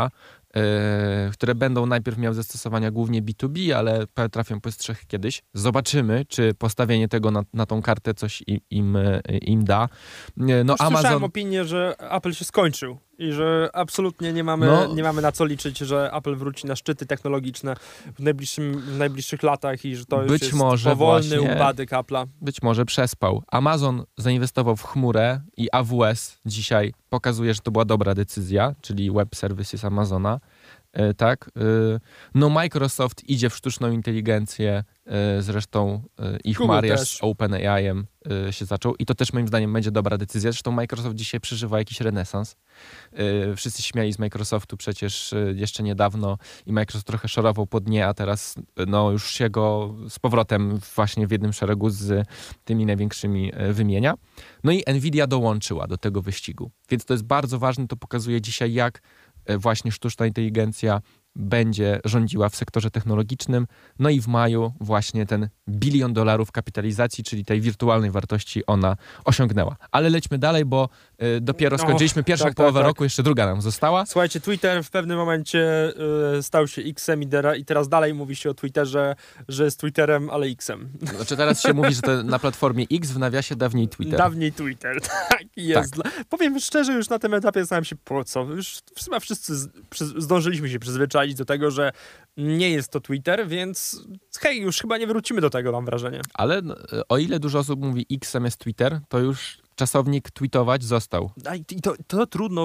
[SPEAKER 2] które będą najpierw miały zastosowania głównie B2B, ale trafią po strzech kiedyś. Zobaczymy, czy postawienie tego na tą kartę coś im da. No,
[SPEAKER 1] Słyszałem opinię, że Apple się skończył i że absolutnie nie mamy na co liczyć, że Apple wróci na szczyty technologiczne w najbliższych latach i że to już jest powolny upadek Apple'a.
[SPEAKER 2] Być może przespał. Amazon zainwestował w chmurę i AWS dzisiaj pokazuje, że to była dobra decyzja, czyli Web Services Amazona. Tak. No Microsoft idzie w sztuczną inteligencję, zresztą ich
[SPEAKER 1] Google
[SPEAKER 2] mariaż
[SPEAKER 1] też.
[SPEAKER 2] z OpenAI-em się zaczął i to też moim zdaniem będzie dobra decyzja. Zresztą Microsoft dzisiaj przeżywa jakiś renesans. Wszyscy śmiali z Microsoftu przecież jeszcze niedawno i Microsoft trochę szorował po dnie, a teraz no już się go z powrotem właśnie w jednym szeregu z tymi największymi wymienia. No i Nvidia dołączyła do tego wyścigu. Więc to jest bardzo ważne, to pokazuje dzisiaj, jak właśnie sztuczna inteligencja będzie rządziła w sektorze technologicznym. No i w maju właśnie ten $1 bilion kapitalizacji, czyli tej wirtualnej wartości ona osiągnęła. Ale lećmy dalej, bo dopiero skończyliśmy pierwszą połowę roku, jeszcze druga nam została.
[SPEAKER 1] Słuchajcie, Twitter w pewnym momencie stał się X-em i teraz dalej mówi się o Twitterze, że jest Twitterem, ale X-em.
[SPEAKER 2] Znaczy teraz się mówi, że to na platformie X w nawiasie dawniej Twitter.
[SPEAKER 1] Dawniej Twitter, tak jest. Tak. Powiem szczerze, już na tym etapie zastanawiam się po co. Już chyba wszyscy zdążyliśmy się przyzwyczaić do tego, że nie jest to Twitter, więc hej, już chyba nie wrócimy do tego, mam wrażenie.
[SPEAKER 2] Ale o ile dużo osób mówi X-em jest Twitter, to już czasownik tweetować został.
[SPEAKER 1] I to trudno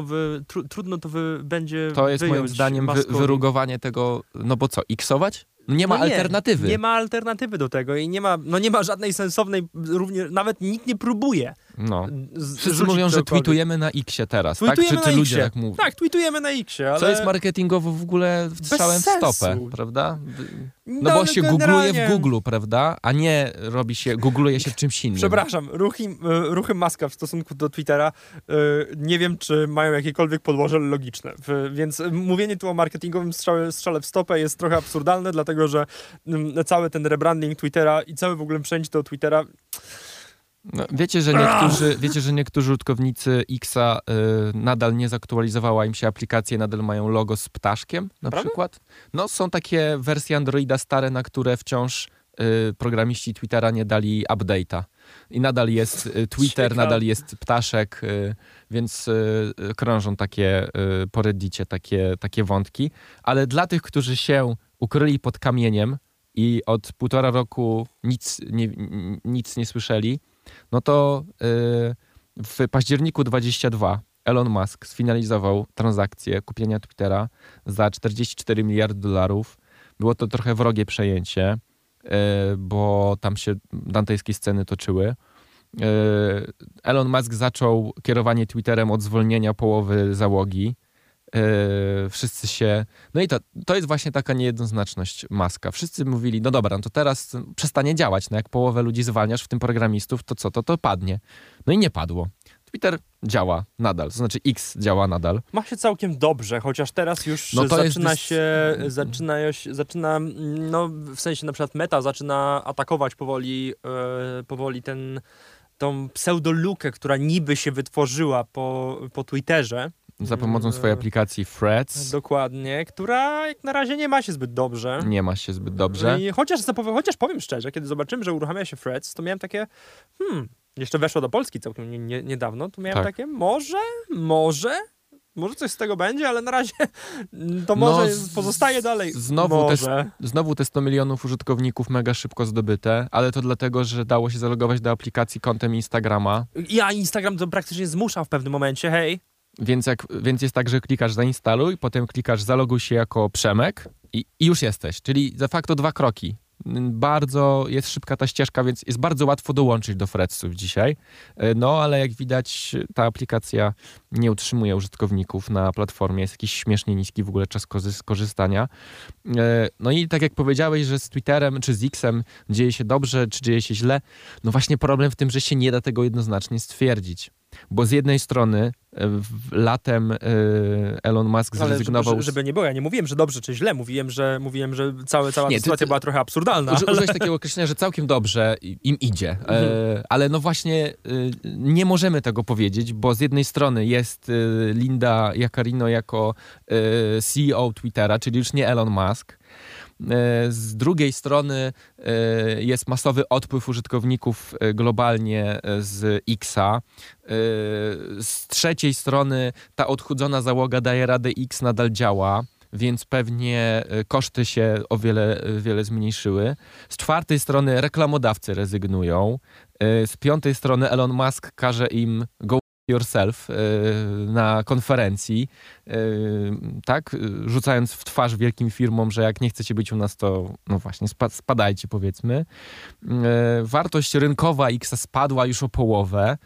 [SPEAKER 1] będzie
[SPEAKER 2] to jest moim zdaniem wyrugowanie tego, no bo co, X-ować? Nie ma alternatywy.
[SPEAKER 1] Nie ma alternatywy do tego i nie ma żadnej sensownej, również, nawet nikt nie próbuje.
[SPEAKER 2] No. Wszyscy mówią, że tweetujemy na X-ie teraz,
[SPEAKER 1] tweetujemy
[SPEAKER 2] tak? Czy ludzie tak mówią?
[SPEAKER 1] Tak, tweetujemy na X-ie, ale...
[SPEAKER 2] Co jest marketingowo w ogóle strzałem w stopę, prawda? No bo się
[SPEAKER 1] generalnie...
[SPEAKER 2] googluje w Google, prawda? A nie googluje się w czymś innym.
[SPEAKER 1] Przepraszam, ruchy Muska w stosunku do Twittera nie wiem, czy mają jakiekolwiek podłoże logiczne. Więc mówienie tu o marketingowym strzale w stopę jest trochę absurdalne, dlatego że cały ten rebranding Twittera i cały w ogóle przejście do Twittera...
[SPEAKER 2] No, wiecie, że niektórzy użytkownicy Xa nadal nie zaktualizowała im się aplikacja, nadal mają logo z ptaszkiem na przykład. No, są takie wersje Androida stare, na które wciąż programiści Twittera nie dali update'a. I nadal jest Twitter, nadal jest ptaszek, więc krążą takie po Reddicie takie wątki. Ale dla tych, którzy się ukryli pod kamieniem i od 1,5 roku nic nie słyszeli, no to w październiku 2022 Elon Musk sfinalizował transakcję kupienia Twittera za $44 miliardy. Było to trochę wrogie przejęcie, bo tam się dantejskie sceny toczyły. Elon Musk zaczął kierowanie Twitterem od zwolnienia połowy załogi. Wszyscy się... No i to jest właśnie taka niejednoznaczność Muska. Wszyscy mówili, no dobra, no to teraz przestanie działać. No jak połowę ludzi zwalniasz, w tym programistów, to co? To padnie. No i nie padło. Twitter działa nadal, to znaczy X działa nadal.
[SPEAKER 1] Ma się całkiem dobrze, chociaż teraz już zaczyna, no w sensie na przykład Meta zaczyna atakować powoli tą pseudolukę, która niby się wytworzyła po Twitterze.
[SPEAKER 2] Za pomocą swojej aplikacji Threads.
[SPEAKER 1] Dokładnie, która jak na razie nie ma się zbyt dobrze.
[SPEAKER 2] Nie ma się zbyt dobrze.
[SPEAKER 1] I chociaż powiem szczerze, kiedy zobaczyłem, że uruchamia się Threads, to miałem takie, jeszcze weszło do Polski całkiem niedawno, to miałem takie, może coś z tego będzie, ale na razie to może pozostaje dalej.
[SPEAKER 2] Znowu te 100 milionów użytkowników mega szybko zdobyte, ale to dlatego, że dało się zalogować do aplikacji kontem Instagrama.
[SPEAKER 1] Instagram to praktycznie zmusza w pewnym momencie, hej.
[SPEAKER 2] Więc jest tak, że klikasz zainstaluj, potem klikasz zaloguj się jako Przemek i już jesteś. Czyli de facto 2 kroki. Bardzo jest szybka ta ścieżka, więc jest bardzo łatwo dołączyć do Threadsów dzisiaj. No, ale jak widać, ta aplikacja nie utrzymuje użytkowników na platformie. Jest jakiś śmiesznie niski w ogóle czas korzystania. No i tak jak powiedziałeś, że z Twitterem czy z Xem dzieje się dobrze, czy dzieje się źle, no właśnie problem w tym, że się nie da tego jednoznacznie stwierdzić. Bo z jednej strony latem Elon Musk zrezygnował...
[SPEAKER 1] Ale żeby nie było, ja nie mówiłem, że dobrze czy źle, mówiłem, że cała ta sytuacja była trochę absurdalna.
[SPEAKER 2] Użyłeś takiego określenia, że całkiem dobrze im idzie, ale no właśnie nie możemy tego powiedzieć, bo z jednej strony jest Linda Yaccarino jako CEO Twittera, czyli już nie Elon Musk. Z drugiej strony jest masowy odpływ użytkowników globalnie z Xa. Z trzeciej strony ta odchudzona załoga daje radę, X nadal działa, więc pewnie koszty się o wiele zmniejszyły. Z czwartej strony reklamodawcy rezygnują. Z piątej strony Elon Musk każe im go yourself na konferencji, tak, rzucając w twarz wielkim firmom, że jak nie chcecie być u nas, to no właśnie spadajcie, powiedzmy. Wartość rynkowa X spadła już o połowę.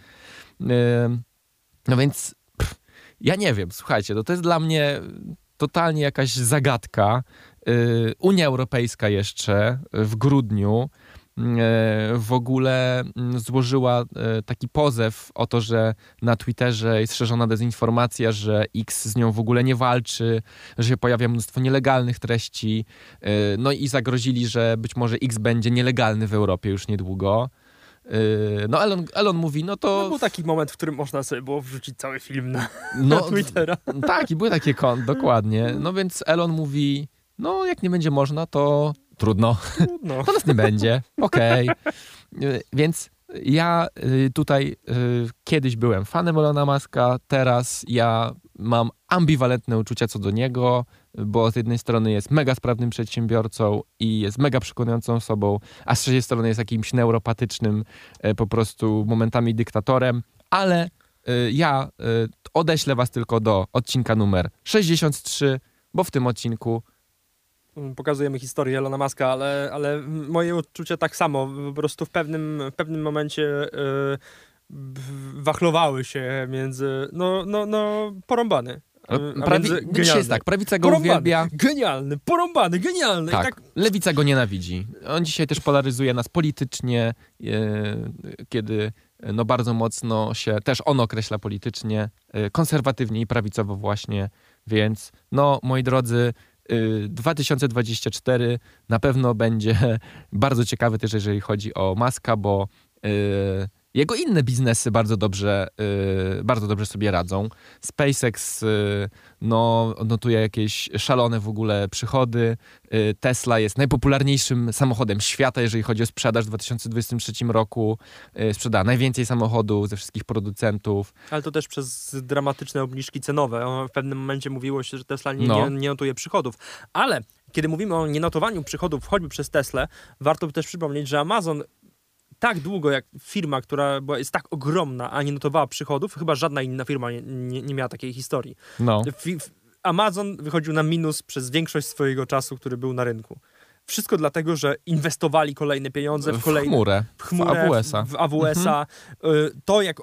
[SPEAKER 2] No więc ja nie wiem, słuchajcie, to jest dla mnie totalnie jakaś zagadka. Unia Europejska jeszcze w grudniu w ogóle złożyła taki pozew o to, że na Twitterze jest szerzona dezinformacja, że X z nią w ogóle nie walczy, że się pojawia mnóstwo nielegalnych treści, no i zagrozili, że być może X będzie nielegalny w Europie już niedługo. No Elon mówi, no to...
[SPEAKER 1] No był taki moment, w którym można sobie było wrzucić cały film na Twittera.
[SPEAKER 2] Tak, i były takie dokładnie. No więc Elon mówi, no jak nie będzie można, to trudno. To nas nie będzie. Okej. Więc ja tutaj kiedyś byłem fanem Elona Muska, teraz ja mam ambiwalentne uczucia co do niego, bo z jednej strony jest mega sprawnym przedsiębiorcą i jest mega przekonującą osobą, a z trzeciej strony jest jakimś neuropatycznym po prostu momentami dyktatorem, ale ja odeślę was tylko do odcinka numer 63, bo w tym odcinku
[SPEAKER 1] pokazujemy historię Elona Muska, ale moje odczucia tak samo, po prostu w pewnym momencie wachlowały się między, porąbany.
[SPEAKER 2] Dzisiaj jest tak, prawica go uwielbia.
[SPEAKER 1] Genialny, porąbany, genialny.
[SPEAKER 2] Tak, lewica go nienawidzi. On dzisiaj też polaryzuje nas politycznie, kiedy no bardzo mocno się też on określa politycznie, konserwatywnie i prawicowo właśnie, więc no moi drodzy, 2024 na pewno będzie bardzo ciekawy też, jeżeli chodzi o Muska, bo jego inne biznesy bardzo dobrze sobie radzą. SpaceX notuje jakieś szalone w ogóle przychody. Tesla jest najpopularniejszym samochodem świata, jeżeli chodzi o sprzedaż w 2023 roku. Sprzedała najwięcej samochodów ze wszystkich producentów.
[SPEAKER 1] Ale to też przez dramatyczne obniżki cenowe. W pewnym momencie mówiło się, że Tesla nie notuje przychodów. Ale kiedy mówimy o nienotowaniu przychodów choćby przez Teslę, warto też przypomnieć, że Amazon tak długo jak firma, która jest tak ogromna, a nie notowała przychodów, chyba żadna inna firma nie miała takiej historii.
[SPEAKER 2] No.
[SPEAKER 1] Amazon wychodził na minus przez większość swojego czasu, który był na rynku. Wszystko dlatego, że inwestowali kolejne pieniądze w
[SPEAKER 2] chmurę, w AWS-a.
[SPEAKER 1] W AWS-a. To, jak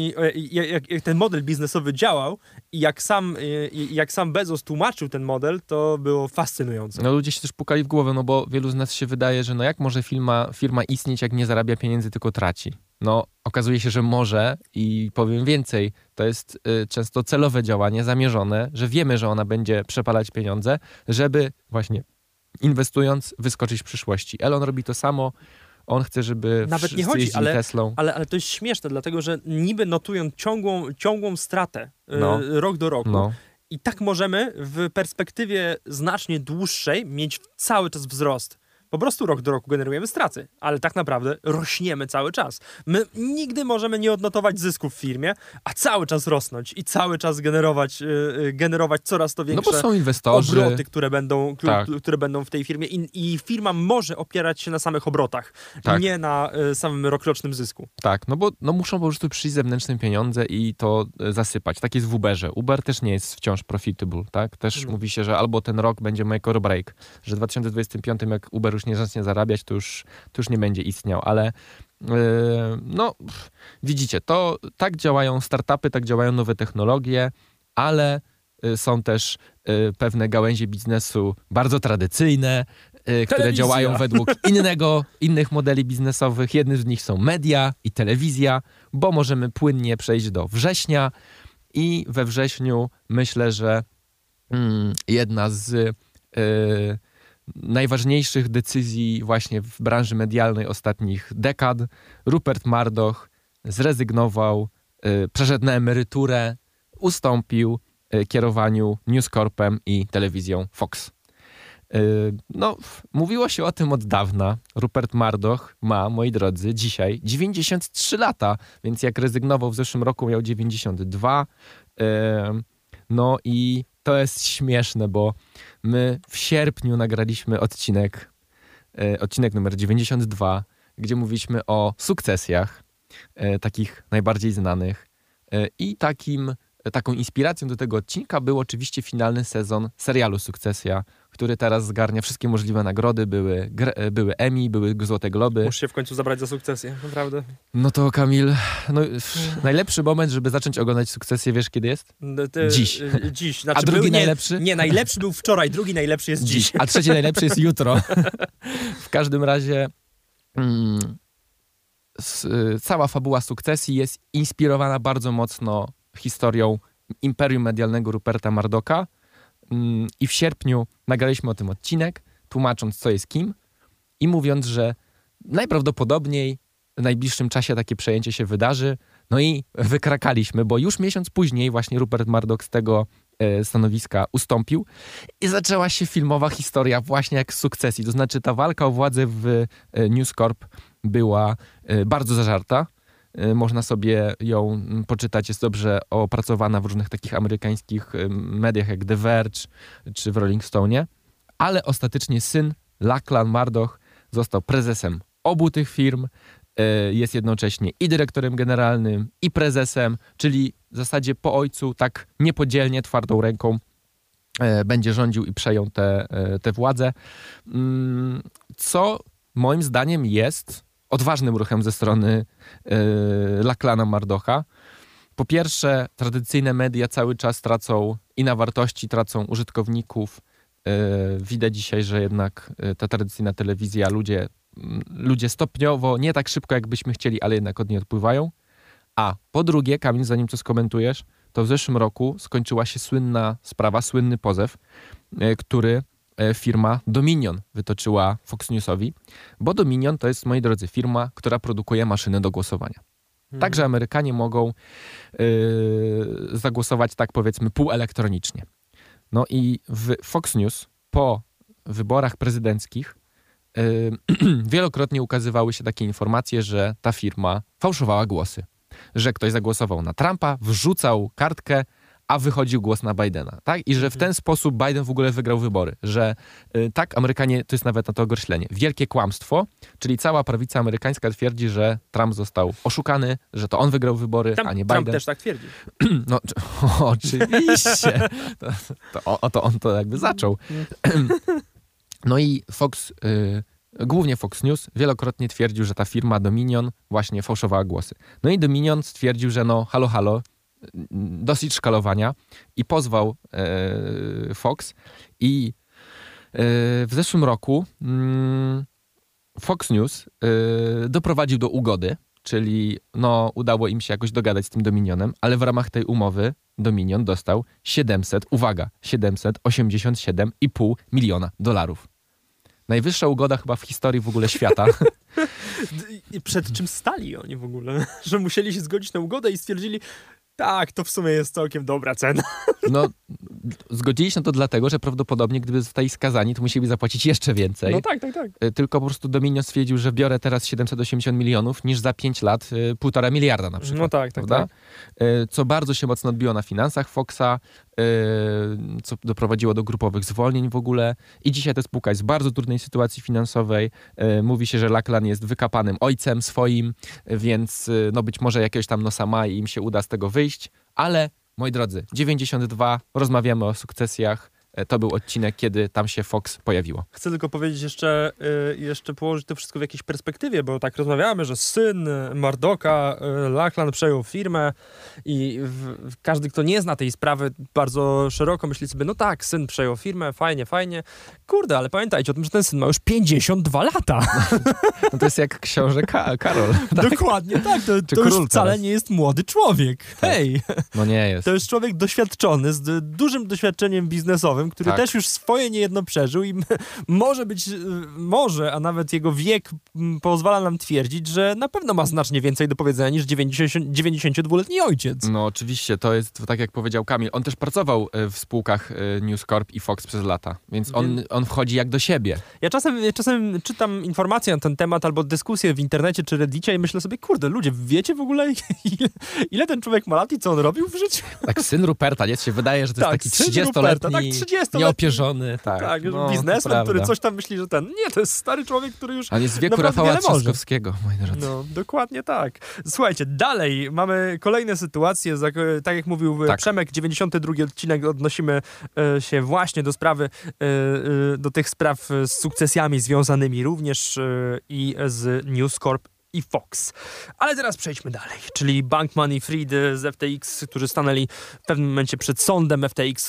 [SPEAKER 1] ten model biznesowy działał i jak sam Bezos tłumaczył ten model, to było fascynujące.
[SPEAKER 2] No ludzie się też pukali w głowę, no bo wielu z nas się wydaje, że no jak może firma istnieć, jak nie zarabia pieniędzy, tylko traci. No okazuje się, że może i powiem więcej, to jest często celowe działanie, zamierzone, że wiemy, że ona będzie przepalać pieniądze, żeby właśnie inwestując, wyskoczyć w przyszłości. Elon robi to samo, on chce, żeby
[SPEAKER 1] nawet nie chodzi,
[SPEAKER 2] Teslą.
[SPEAKER 1] Ale to jest śmieszne, dlatego że niby notują ciągłą stratę rok do roku i tak możemy w perspektywie znacznie dłuższej mieć cały czas wzrost. Po prostu rok do roku generujemy straty, ale tak naprawdę rośniemy cały czas. My nigdy możemy nie odnotować zysków w firmie, a cały czas rosnąć i cały czas generować coraz to większe
[SPEAKER 2] bo są inwestorzy,
[SPEAKER 1] obroty, które będą w tej firmie i firma może opierać się na samych obrotach, nie na samym rokrocznym zysku.
[SPEAKER 2] Tak, no bo muszą po prostu przyjść zewnętrzne pieniądze i to zasypać. Tak jest w Uberze. Uber też nie jest wciąż profitable, tak? Też mówi się, że albo ten rok będzie make or break, że w 2025 jak Uber już nie zacznie zarabiać, to już nie będzie istniał, ale widzicie, to tak działają startupy, tak działają nowe technologie, ale są też pewne gałęzie biznesu bardzo tradycyjne, które działają według innych modeli biznesowych. Jednym z nich są media i telewizja, bo możemy płynnie przejść do września I we wrześniu myślę, że jedna z najważniejszych decyzji właśnie w branży medialnej ostatnich dekad. Rupert Murdoch zrezygnował, przeszedł na emeryturę, ustąpił kierowaniu News Corpem i telewizją Fox. No, mówiło się o tym od dawna. Rupert Murdoch ma, moi drodzy, dzisiaj 93 lata, więc jak rezygnował w zeszłym roku, miał 92. No i to jest śmieszne, bo my w sierpniu nagraliśmy odcinek numer 92, gdzie mówiliśmy o sukcesjach, takich najbardziej znanych. I taką inspiracją do tego odcinka był oczywiście finalny sezon serialu Sukcesja, który teraz zgarnia wszystkie możliwe nagrody. Były Emmy, były Złote Globy.
[SPEAKER 1] Muszę się w końcu zabrać za Sukcesję, naprawdę.
[SPEAKER 2] No to Kamil, najlepszy moment, żeby zacząć oglądać Sukcesję, wiesz kiedy jest?
[SPEAKER 1] Dziś.
[SPEAKER 2] Znaczy, a drugi najlepszy?
[SPEAKER 1] Nie, najlepszy był wczoraj, drugi najlepszy jest dziś.
[SPEAKER 2] A trzeci najlepszy jest jutro. W każdym razie cała fabuła Sukcesji jest inspirowana bardzo mocno historią imperium medialnego Ruperta Murdocha i w sierpniu nagraliśmy o tym odcinek, tłumacząc co jest kim i mówiąc, że najprawdopodobniej w najbliższym czasie takie przejęcie się wydarzy. No i wykrakaliśmy, bo już miesiąc później właśnie Rupert Murdoch z tego stanowiska ustąpił i zaczęła się filmowa historia właśnie jak z Sukcesji. To znaczy ta walka o władzę w News Corp była bardzo zażarta. Można sobie ją poczytać, jest dobrze opracowana w różnych takich amerykańskich mediach jak The Verge czy w Rolling Stone'ie, ale ostatecznie syn Lachlan Murdoch został prezesem obu tych firm, jest jednocześnie i dyrektorem generalnym, i prezesem, czyli w zasadzie po ojcu tak niepodzielnie, twardą ręką będzie rządził i przejął tę władzę, co moim zdaniem jest odważnym ruchem ze strony Lachlana Murdocha. Po pierwsze, tradycyjne media cały czas tracą i na wartości, tracą użytkowników. Widać dzisiaj, że jednak ta tradycyjna telewizja, ludzie stopniowo, nie tak szybko jakbyśmy chcieli, ale jednak od niej odpływają. A po drugie, Kamil, zanim to skomentujesz, to w zeszłym roku skończyła się słynna sprawa, słynny pozew, który firma Dominion wytoczyła Fox Newsowi, bo Dominion to jest, moi drodzy, firma, która produkuje maszyny do głosowania. Także Amerykanie mogą zagłosować tak powiedzmy półelektronicznie. No i w Fox News po wyborach prezydenckich wielokrotnie ukazywały się takie informacje, że ta firma fałszowała głosy. Że ktoś zagłosował na Trumpa, wrzucał kartkę, a wychodził głos na Bidena, tak? I że w ten sposób Biden w ogóle wygrał wybory. Że tak, Amerykanie, to jest nawet na to określenie, wielkie kłamstwo, czyli cała prawica amerykańska twierdzi, że Trump został oszukany, że to on wygrał wybory, a nie Biden.
[SPEAKER 1] Trump też tak twierdzi.
[SPEAKER 2] No, oczywiście. To on to jakby zaczął. No i głównie Fox News wielokrotnie twierdził, że ta firma Dominion właśnie fałszowała głosy. No i Dominion stwierdził, że no halo, dosyć szkalowania i pozwał Fox i w zeszłym roku Fox News doprowadził do ugody, czyli no, udało im się jakoś dogadać z tym Dominionem, ale w ramach tej umowy Dominion dostał 787,5 miliona dolarów. Najwyższa ugoda chyba w historii w ogóle świata.
[SPEAKER 1] I przed czym stali oni w ogóle? Że musieli się zgodzić na ugodę i stwierdzili, tak, to w sumie jest całkiem dobra cena.
[SPEAKER 2] No, zgodzili się na to dlatego, że prawdopodobnie gdyby zostali skazani, to musieli zapłacić jeszcze więcej.
[SPEAKER 1] No tak.
[SPEAKER 2] Tylko po prostu Dominion stwierdził, że biorę teraz 780 milionów, niż za 5 lat 1,5 miliarda na przykład.
[SPEAKER 1] No tak.
[SPEAKER 2] Co bardzo się mocno odbiło na finansach Foxa, co doprowadziło do grupowych zwolnień w ogóle. I dzisiaj ta spółka jest w bardzo trudnej sytuacji finansowej. Mówi się, że Lachlan jest wykapanym ojcem swoim, więc no być może jakiegoś tam nosa ma i im się uda z tego wyjść. Ale, moi drodzy, 92, rozmawiamy o sukcesjach, to był odcinek, kiedy tam się Fox pojawiło.
[SPEAKER 1] Chcę tylko powiedzieć jeszcze położyć to wszystko w jakiejś perspektywie, bo tak rozmawiamy, że syn Murdocha, Lachlan przejął firmę i każdy, kto nie zna tej sprawy bardzo szeroko, myśli sobie, no tak, syn przejął firmę, fajnie. Kurde, ale pamiętajcie o tym, że ten syn ma już 52 lata.
[SPEAKER 2] No to jest jak książę Karol. Tak?
[SPEAKER 1] Dokładnie tak, to już wcale
[SPEAKER 2] teraz.
[SPEAKER 1] Nie jest młody człowiek.
[SPEAKER 2] Tak.
[SPEAKER 1] Hej!
[SPEAKER 2] No nie jest.
[SPEAKER 1] To jest człowiek doświadczony, z dużym doświadczeniem biznesowym, który też już swoje niejedno przeżył i może, a nawet jego wiek pozwala nam twierdzić, że na pewno ma znacznie więcej do powiedzenia niż 92-letni ojciec.
[SPEAKER 2] No oczywiście, to jest tak jak powiedział Kamil. On też pracował w spółkach News Corp i Fox przez lata, więc on wchodzi jak do siebie.
[SPEAKER 1] Ja czasem czytam informacje na ten temat albo dyskusje w internecie czy Reddicie i myślę sobie, kurde, ludzie, wiecie w ogóle ile ten człowiek ma lat i co on robił w życiu?
[SPEAKER 2] Tak, syn Ruperta, nie? Się wydaje, że to jest taki 30-letni, nieopierzony. Tak,
[SPEAKER 1] biznesmen, który coś tam myśli, że nie, to jest stary człowiek, który już
[SPEAKER 2] on jest z wieku Rafała Trzaskowskiego, moi drodzy.
[SPEAKER 1] No, dokładnie tak. Słuchajcie, dalej mamy kolejne sytuacje, tak jak mówił Przemek, 92 odcinek, odnosimy się właśnie do sprawy, do tych spraw z sukcesjami związanymi również i z News Corp i Fox. Ale teraz przejdźmy dalej, czyli Bankman i Fried z FTX, którzy stanęli w pewnym momencie przed sądem. FTX,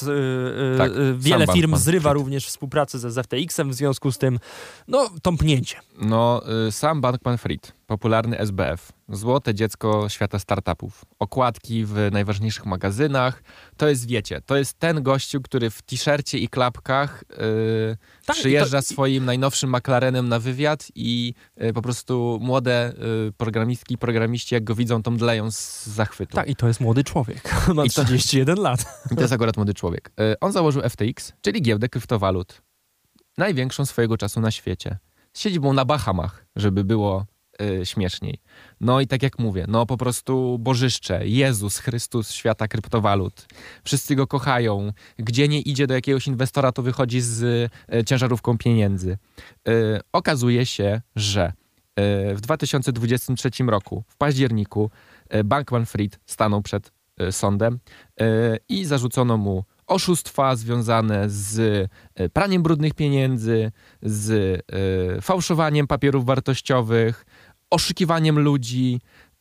[SPEAKER 1] wiele firm zrywa również współpracę z FTX-em, w związku z tym, tąpnięcie.
[SPEAKER 2] Sam Bankman-Fried, popularny SBF, złote dziecko świata startupów, okładki w najważniejszych magazynach, to jest ten gościu, który w t-shircie i klapkach przyjeżdża swoim najnowszym McLarenem na wywiad i po prostu młode programistki i programiści, jak go widzą, to mdleją z zachwytu.
[SPEAKER 1] Tak, i to jest młody człowiek. Ma 31 lat.
[SPEAKER 2] I to jest akurat młody człowiek. On założył FTX, czyli giełdę kryptowalut. Największą swojego czasu na świecie. Z siedzibą na Bahamach, żeby było śmieszniej. No i tak jak mówię, po prostu bożyszcze, Jezus Chrystus świata kryptowalut. Wszyscy go kochają. Gdzie nie idzie do jakiegoś inwestora, to wychodzi z ciężarówką pieniędzy. Okazuje się, że w 2023 roku, w październiku, Bankman-Fried stanął przed sądem i zarzucono mu oszustwa związane z praniem brudnych pieniędzy, z fałszowaniem papierów wartościowych, oszukiwaniem ludzi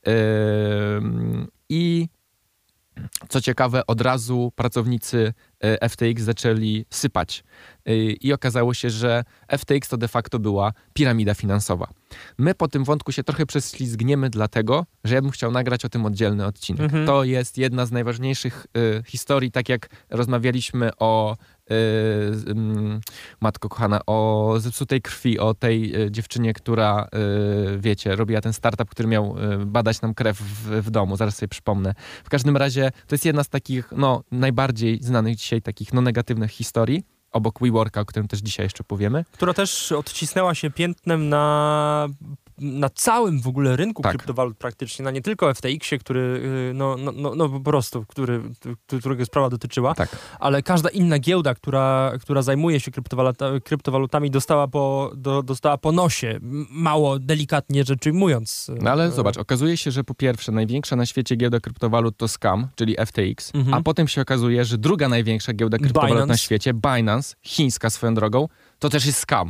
[SPEAKER 2] i co ciekawe, od razu pracownicy FTX zaczęli sypać i okazało się, że FTX to de facto była piramida finansowa. My po tym wątku się trochę prześlizgniemy, dlatego, że ja bym chciał nagrać o tym oddzielny odcinek. To jest jedna z najważniejszych historii, tak jak rozmawialiśmy o matko kochana, o zepsutej krwi, o tej dziewczynie, która robiła ten startup, który miał badać nam krew w domu. Zaraz sobie przypomnę. W każdym razie to jest jedna z takich najbardziej znanych dzisiaj takich negatywnych historii, obok WeWorka, o którym też dzisiaj jeszcze powiemy.
[SPEAKER 1] Która też odcisnęła się piętnem na całym w ogóle rynku kryptowalut praktycznie, na nie tylko FTX-ie, który po prostu, którego sprawa dotyczyła, ale każda inna giełda, która zajmuje się kryptowalutami dostała po nosie, mało delikatnie rzecz ujmując.
[SPEAKER 2] No ale zobacz, okazuje się, że po pierwsze największa na świecie giełda kryptowalut to scam, czyli FTX, a potem się okazuje, że druga największa giełda kryptowalut na świecie, Binance, chińska swoją drogą, to też jest scam.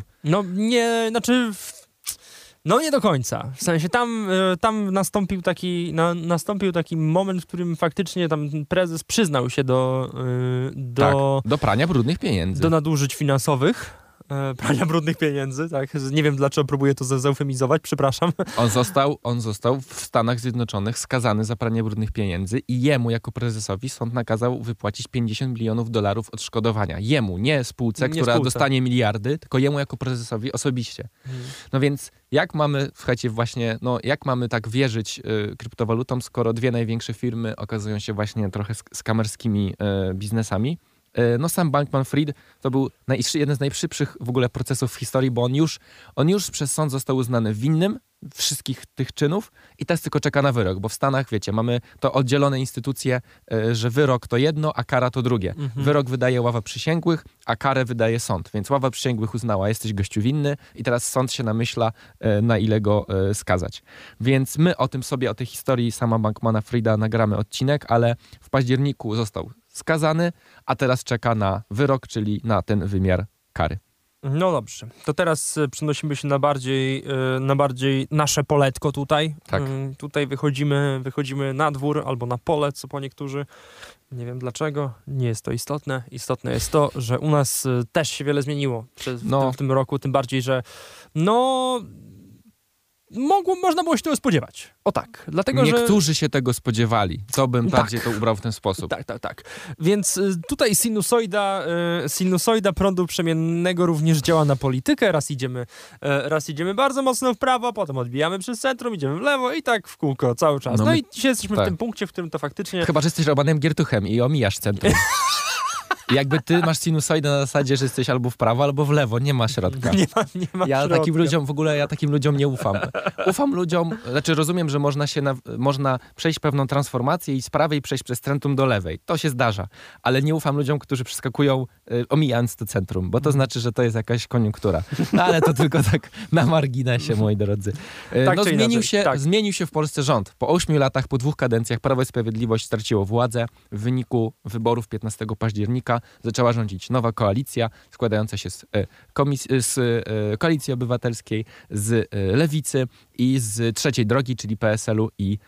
[SPEAKER 1] Nie do końca. W sensie tam nastąpił taki moment, w którym faktycznie tam prezes przyznał się do
[SPEAKER 2] prania brudnych pieniędzy.
[SPEAKER 1] Do nadużyć finansowych. Prania brudnych pieniędzy, tak. Nie wiem, dlaczego próbuję to zeufemizować, przepraszam.
[SPEAKER 2] On został w Stanach Zjednoczonych skazany za pranie brudnych pieniędzy i jemu jako prezesowi sąd nakazał wypłacić $50 milionów odszkodowania. Jemu, nie spółce, która dostanie miliardy, tylko jemu jako prezesowi osobiście. No więc jak mamy, słuchajcie, właśnie, jak mamy tak wierzyć kryptowalutom, skoro dwie największe firmy okazują się właśnie trochę skamerskimi biznesami? Sam Bankman-Fried to był jeden z najszybszych w ogóle procesów w historii, bo on już przez sąd został uznany winnym wszystkich tych czynów i teraz tylko czeka na wyrok, bo w Stanach, mamy to oddzielone instytucje, że wyrok to jedno, a kara to drugie. Wyrok wydaje ława przysięgłych, a karę wydaje sąd, więc ława przysięgłych uznała, jesteś gościu winny i teraz sąd się namyśla, na ile go skazać. Więc my o tej historii sama Bankmana Frieda nagramy odcinek, ale w październiku został skazany, a teraz czeka na wyrok, czyli na ten wymiar kary.
[SPEAKER 1] No dobrze, to teraz przenosimy się na bardziej nasze poletko tutaj.
[SPEAKER 2] Tak.
[SPEAKER 1] Tutaj wychodzimy na dwór albo na pole, co po niektórzy. Nie wiem dlaczego, nie jest to istotne. Istotne jest to, że u nas też się wiele zmieniło w tym roku, tym bardziej, że można było się tego spodziewać. O tak. Dlatego,
[SPEAKER 2] niektórzy się tego spodziewali. Co bym bardziej to ubrał w ten sposób.
[SPEAKER 1] Tak. Więc tutaj sinusoida prądu przemiennego również działa na politykę. Raz idziemy bardzo mocno w prawo, potem odbijamy przez centrum, idziemy w lewo i tak w kółko cały czas. No i dzisiaj jesteśmy w tym punkcie, w którym to faktycznie...
[SPEAKER 2] Chyba, że jesteś Romanem Giertuchem i omijasz centrum. Jakby ty masz sinusoidę na zasadzie, że jesteś albo w prawo, albo w lewo, nie ma środka.
[SPEAKER 1] Nie ma środka.
[SPEAKER 2] Takim ludziom nie ufam. Ufam ludziom, rozumiem, że można przejść pewną transformację i z prawej przejść przez centrum do lewej. To się zdarza. Ale nie ufam ludziom, którzy przeskakują omijając to centrum, bo to znaczy, że to jest jakaś koniunktura. No, ale to tylko tak na marginesie, moi drodzy. Zmienił się w Polsce rząd. Po 8 latach, po 2 kadencjach Prawo i Sprawiedliwość straciło władzę. W wyniku wyborów 15 października zaczęła rządzić nowa koalicja składająca się z Koalicji Obywatelskiej, z Lewicy i z Trzeciej Drogi, czyli PSL-u i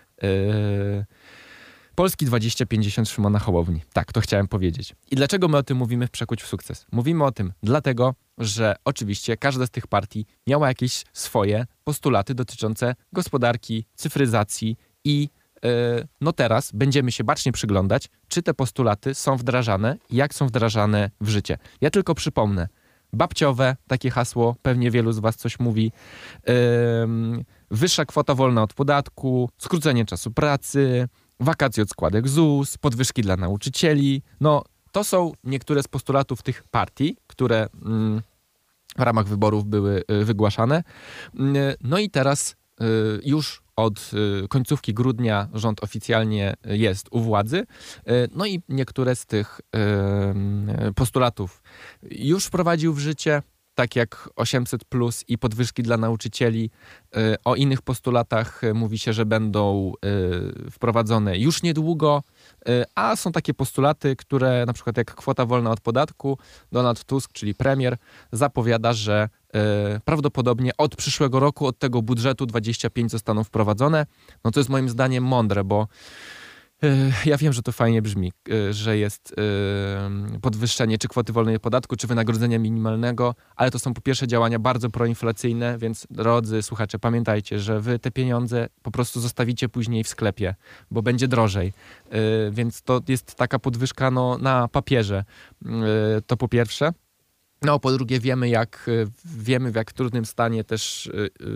[SPEAKER 2] Polski 2050 Szymona Hołowni. Tak, to chciałem powiedzieć. I dlaczego my o tym mówimy w Przekuć w sukces? Mówimy o tym dlatego, że oczywiście każda z tych partii miała jakieś swoje postulaty dotyczące gospodarki, cyfryzacji i teraz będziemy się bacznie przyglądać, czy te postulaty są wdrażane i jak są wdrażane w życie. Ja tylko przypomnę. Babciowe, takie hasło, pewnie wielu z was coś mówi. Wyższa kwota wolna od podatku, skrócenie czasu pracy, wakacje od składek ZUS, podwyżki dla nauczycieli. No, to są niektóre z postulatów tych partii, które w ramach wyborów były wygłaszane. No i teraz już od końcówki grudnia rząd oficjalnie jest u władzy. No i niektóre z tych postulatów już wprowadził w życie, tak jak 800+ i podwyżki dla nauczycieli. O innych postulatach mówi się, że będą wprowadzone już niedługo, a są takie postulaty, które na przykład jak kwota wolna od podatku, Donald Tusk, czyli premier, zapowiada, że prawdopodobnie od przyszłego roku, od tego budżetu 25 zostaną wprowadzone. No to jest moim zdaniem mądre, bo ja wiem, że to fajnie brzmi, że jest podwyższenie czy kwoty wolnej od podatku, czy wynagrodzenia minimalnego, ale to są po pierwsze działania bardzo proinflacyjne, więc drodzy słuchacze, pamiętajcie, że wy te pieniądze po prostu zostawicie później w sklepie, bo będzie drożej. Więc to jest taka podwyżka na papierze. To po pierwsze. No, po drugie wiemy w jak trudnym stanie też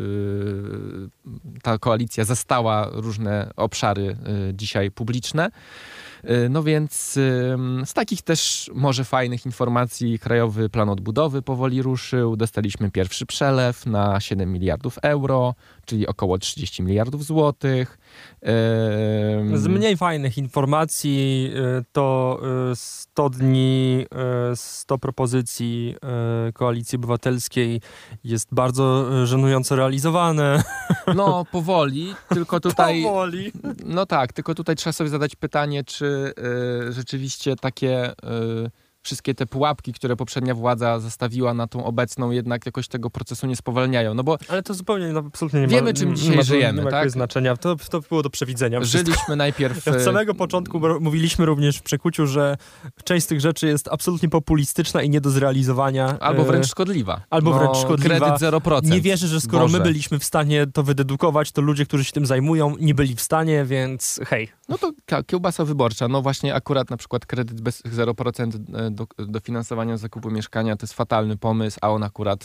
[SPEAKER 2] ta koalicja zastała różne obszary dzisiaj publiczne. No więc z takich też może fajnych informacji Krajowy Plan Odbudowy powoli ruszył. Dostaliśmy pierwszy przelew na 7 miliardów euro, czyli około 30 miliardów złotych.
[SPEAKER 1] Z mniej fajnych informacji to 100 dni, 100 propozycji Koalicji Obywatelskiej jest bardzo żenująco realizowane.
[SPEAKER 2] No, powoli, tylko tutaj...
[SPEAKER 1] Powoli.
[SPEAKER 2] No tak, tylko tutaj trzeba sobie zadać pytanie, czy rzeczywiście takie wszystkie te pułapki, które poprzednia władza zastawiła na tą obecną, jednak jakoś tego procesu nie spowalniają. No bo
[SPEAKER 1] ale to zupełnie, absolutnie nie ma.
[SPEAKER 2] Wiemy, czym dzisiaj żyjemy,
[SPEAKER 1] nie ma
[SPEAKER 2] tak?
[SPEAKER 1] Znaczenia. To było do przewidzenia.
[SPEAKER 2] Żyliśmy najpierw...
[SPEAKER 1] Od samego początku mówiliśmy również w Przekuciu, że część z tych rzeczy jest absolutnie populistyczna i nie do zrealizowania.
[SPEAKER 2] Albo wręcz szkodliwa.
[SPEAKER 1] Wręcz szkodliwa.
[SPEAKER 2] Kredyt 0%.
[SPEAKER 1] Nie wierzę, że skoro my byliśmy w stanie to wydedukować, to ludzie, którzy się tym zajmują, nie byli w stanie, więc hej.
[SPEAKER 2] No to kiełbasa wyborcza. No właśnie akurat na przykład kredyt bez 0% dofinansowania zakupu mieszkania to jest fatalny pomysł, a on akurat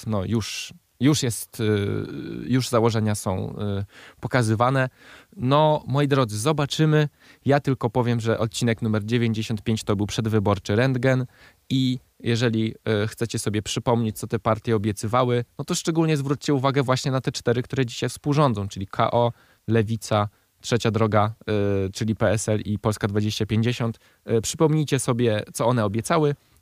[SPEAKER 2] już założenia są pokazywane. No, moi drodzy, zobaczymy. Ja tylko powiem, że odcinek numer 95 to był przedwyborczy rentgen i jeżeli chcecie sobie przypomnieć, co te partie obiecywały, no to szczególnie zwróćcie uwagę właśnie na te 4, które dzisiaj współrządzą, czyli KO, Lewica, Trzecia Droga, czyli PSL i Polska 2050. Przypomnijcie sobie, co one obiecały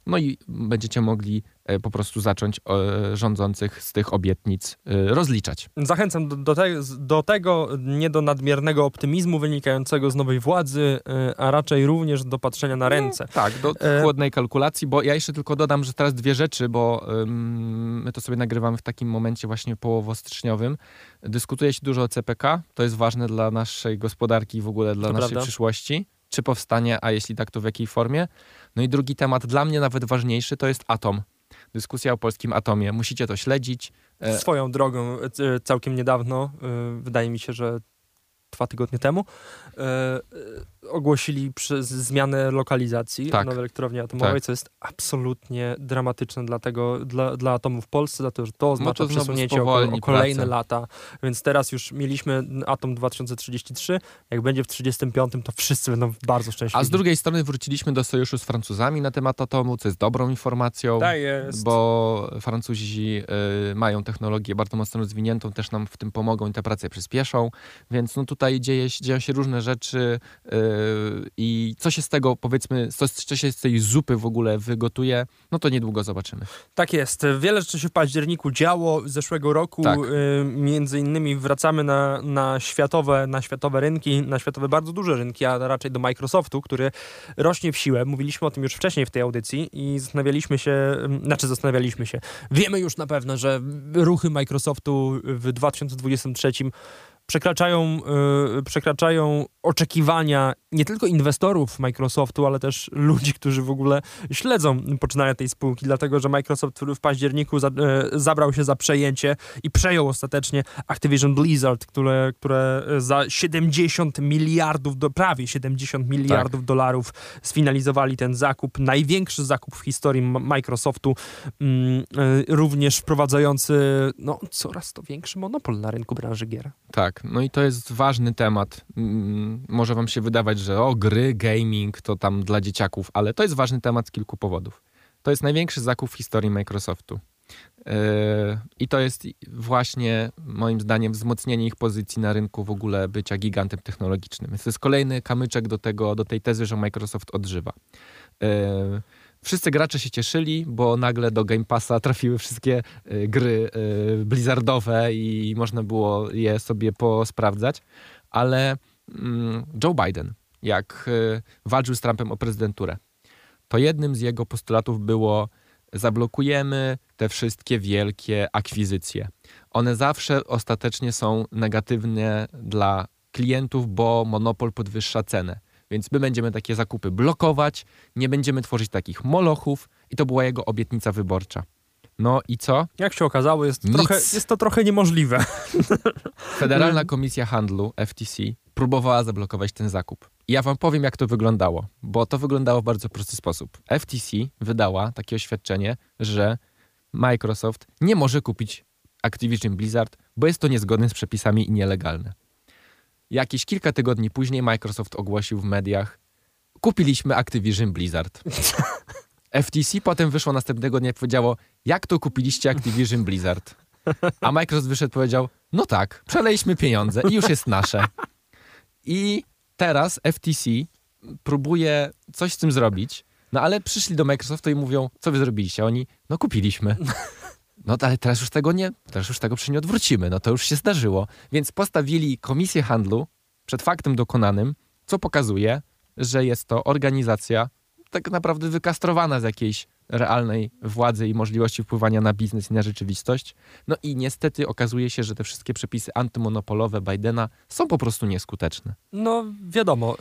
[SPEAKER 2] no i będziecie mogli po prostu zacząć rządzących z tych obietnic rozliczać.
[SPEAKER 1] Zachęcam do tego, nie do nadmiernego optymizmu wynikającego z nowej władzy, a raczej również do patrzenia na ręce.
[SPEAKER 2] Tak, do chłodnej kalkulacji, bo ja jeszcze tylko dodam, że teraz dwie rzeczy, bo my to sobie nagrywamy w takim momencie właśnie połowo-styczniowym. Dyskutuje się dużo o CPK, to jest ważne dla naszej gospodarki i w ogóle dla naszej przyszłości. Czy powstanie, a jeśli tak, to w jakiej formie? No i drugi temat, dla mnie nawet ważniejszy, to jest atom. Dyskusja o polskim atomie. Musicie to śledzić.
[SPEAKER 1] Swoją drogą, całkiem niedawno, wydaje mi się, że 2 tygodnie temu, ogłosili zmianę lokalizacji nowej elektrowni atomowej, co jest absolutnie dramatyczne dla atomu w Polsce, dlatego że to oznacza przesunięcie o kolejne lata. Więc teraz już mieliśmy atom 2033, jak będzie w 35, to wszyscy będą bardzo szczęśliwi.
[SPEAKER 2] A z drugiej strony wróciliśmy do sojuszu z Francuzami na temat atomu, co jest dobrą informacją,
[SPEAKER 1] tak jest.
[SPEAKER 2] Bo Francuzi mają technologię bardzo mocno rozwiniętą, też nam w tym pomogą i te prace przyspieszą, więc no tutaj dzieją się różne rzeczy i co się z tego, powiedzmy, co się z tej zupy w ogóle wygotuje, no to niedługo zobaczymy.
[SPEAKER 1] Tak jest. Wiele rzeczy się w październiku działo zeszłego roku. Tak. Między innymi wracamy na światowe rynki, na światowe bardzo duże rynki, a raczej do Microsoftu, który rośnie w siłę. Mówiliśmy o tym już wcześniej w tej audycji i zastanawialiśmy się. Wiemy już na pewno, że ruchy Microsoftu w 2023 przekraczają oczekiwania nie tylko inwestorów Microsoftu, ale też ludzi, którzy w ogóle śledzą poczynania tej spółki, dlatego że Microsoft w październiku zabrał się za przejęcie i przejął ostatecznie Activision Blizzard, które za 70 miliardów, prawie 70 miliardów dolarów sfinalizowali ten zakup, największy zakup w historii Microsoftu, również wprowadzający coraz to większy monopol na rynku branży gier.
[SPEAKER 2] Tak, no i to jest ważny temat. Może wam się wydawać, że gry, gaming to tam dla dzieciaków, ale to jest ważny temat z kilku powodów. To jest największy zakup w historii Microsoftu. I to jest właśnie, moim zdaniem, wzmocnienie ich pozycji na rynku, w ogóle bycia gigantem technologicznym. Więc to jest kolejny kamyczek do tej tezy, że Microsoft odżywa. Wszyscy gracze się cieszyli, bo nagle do Game Passa trafiły wszystkie gry blizzardowe i można było je sobie posprawdzać, ale Joe Biden, jak walczył z Trumpem o prezydenturę, to jednym z jego postulatów było: zablokujemy te wszystkie wielkie akwizycje. One zawsze ostatecznie są negatywne dla klientów, bo monopol podwyższa cenę. Więc my będziemy takie zakupy blokować, nie będziemy tworzyć takich molochów i to była jego obietnica wyborcza. No i co?
[SPEAKER 1] Jak się okazało, jest to trochę niemożliwe.
[SPEAKER 2] Federalna Komisja Handlu, FTC, próbowała zablokować ten zakup. I ja wam powiem, jak to wyglądało, bo to wyglądało w bardzo prosty sposób. FTC wydała takie oświadczenie, że Microsoft nie może kupić Activision Blizzard, bo jest to niezgodne z przepisami i nielegalne. Jakieś kilka tygodni później Microsoft ogłosił w mediach: kupiliśmy Activision Blizzard. FTC potem wyszło następnego dnia i powiedziało: jak to kupiliście Activision Blizzard? A Microsoft wyszedł i powiedział: no tak, przeleliśmy pieniądze i już jest nasze. I teraz FTC próbuje coś z tym zrobić, no ale przyszli do Microsoftu i mówią: co wy zrobiliście? Oni: no kupiliśmy. No ale teraz już tego nie odwrócimy, no to już się zdarzyło. Więc postawili Komisję Handlu przed faktem dokonanym, co pokazuje, że jest to organizacja tak naprawdę wykastrowana z jakiejś realnej władzy i możliwości wpływania na biznes i na rzeczywistość. No i niestety okazuje się, że te wszystkie przepisy antymonopolowe Bidena są po prostu nieskuteczne.
[SPEAKER 1] No wiadomo,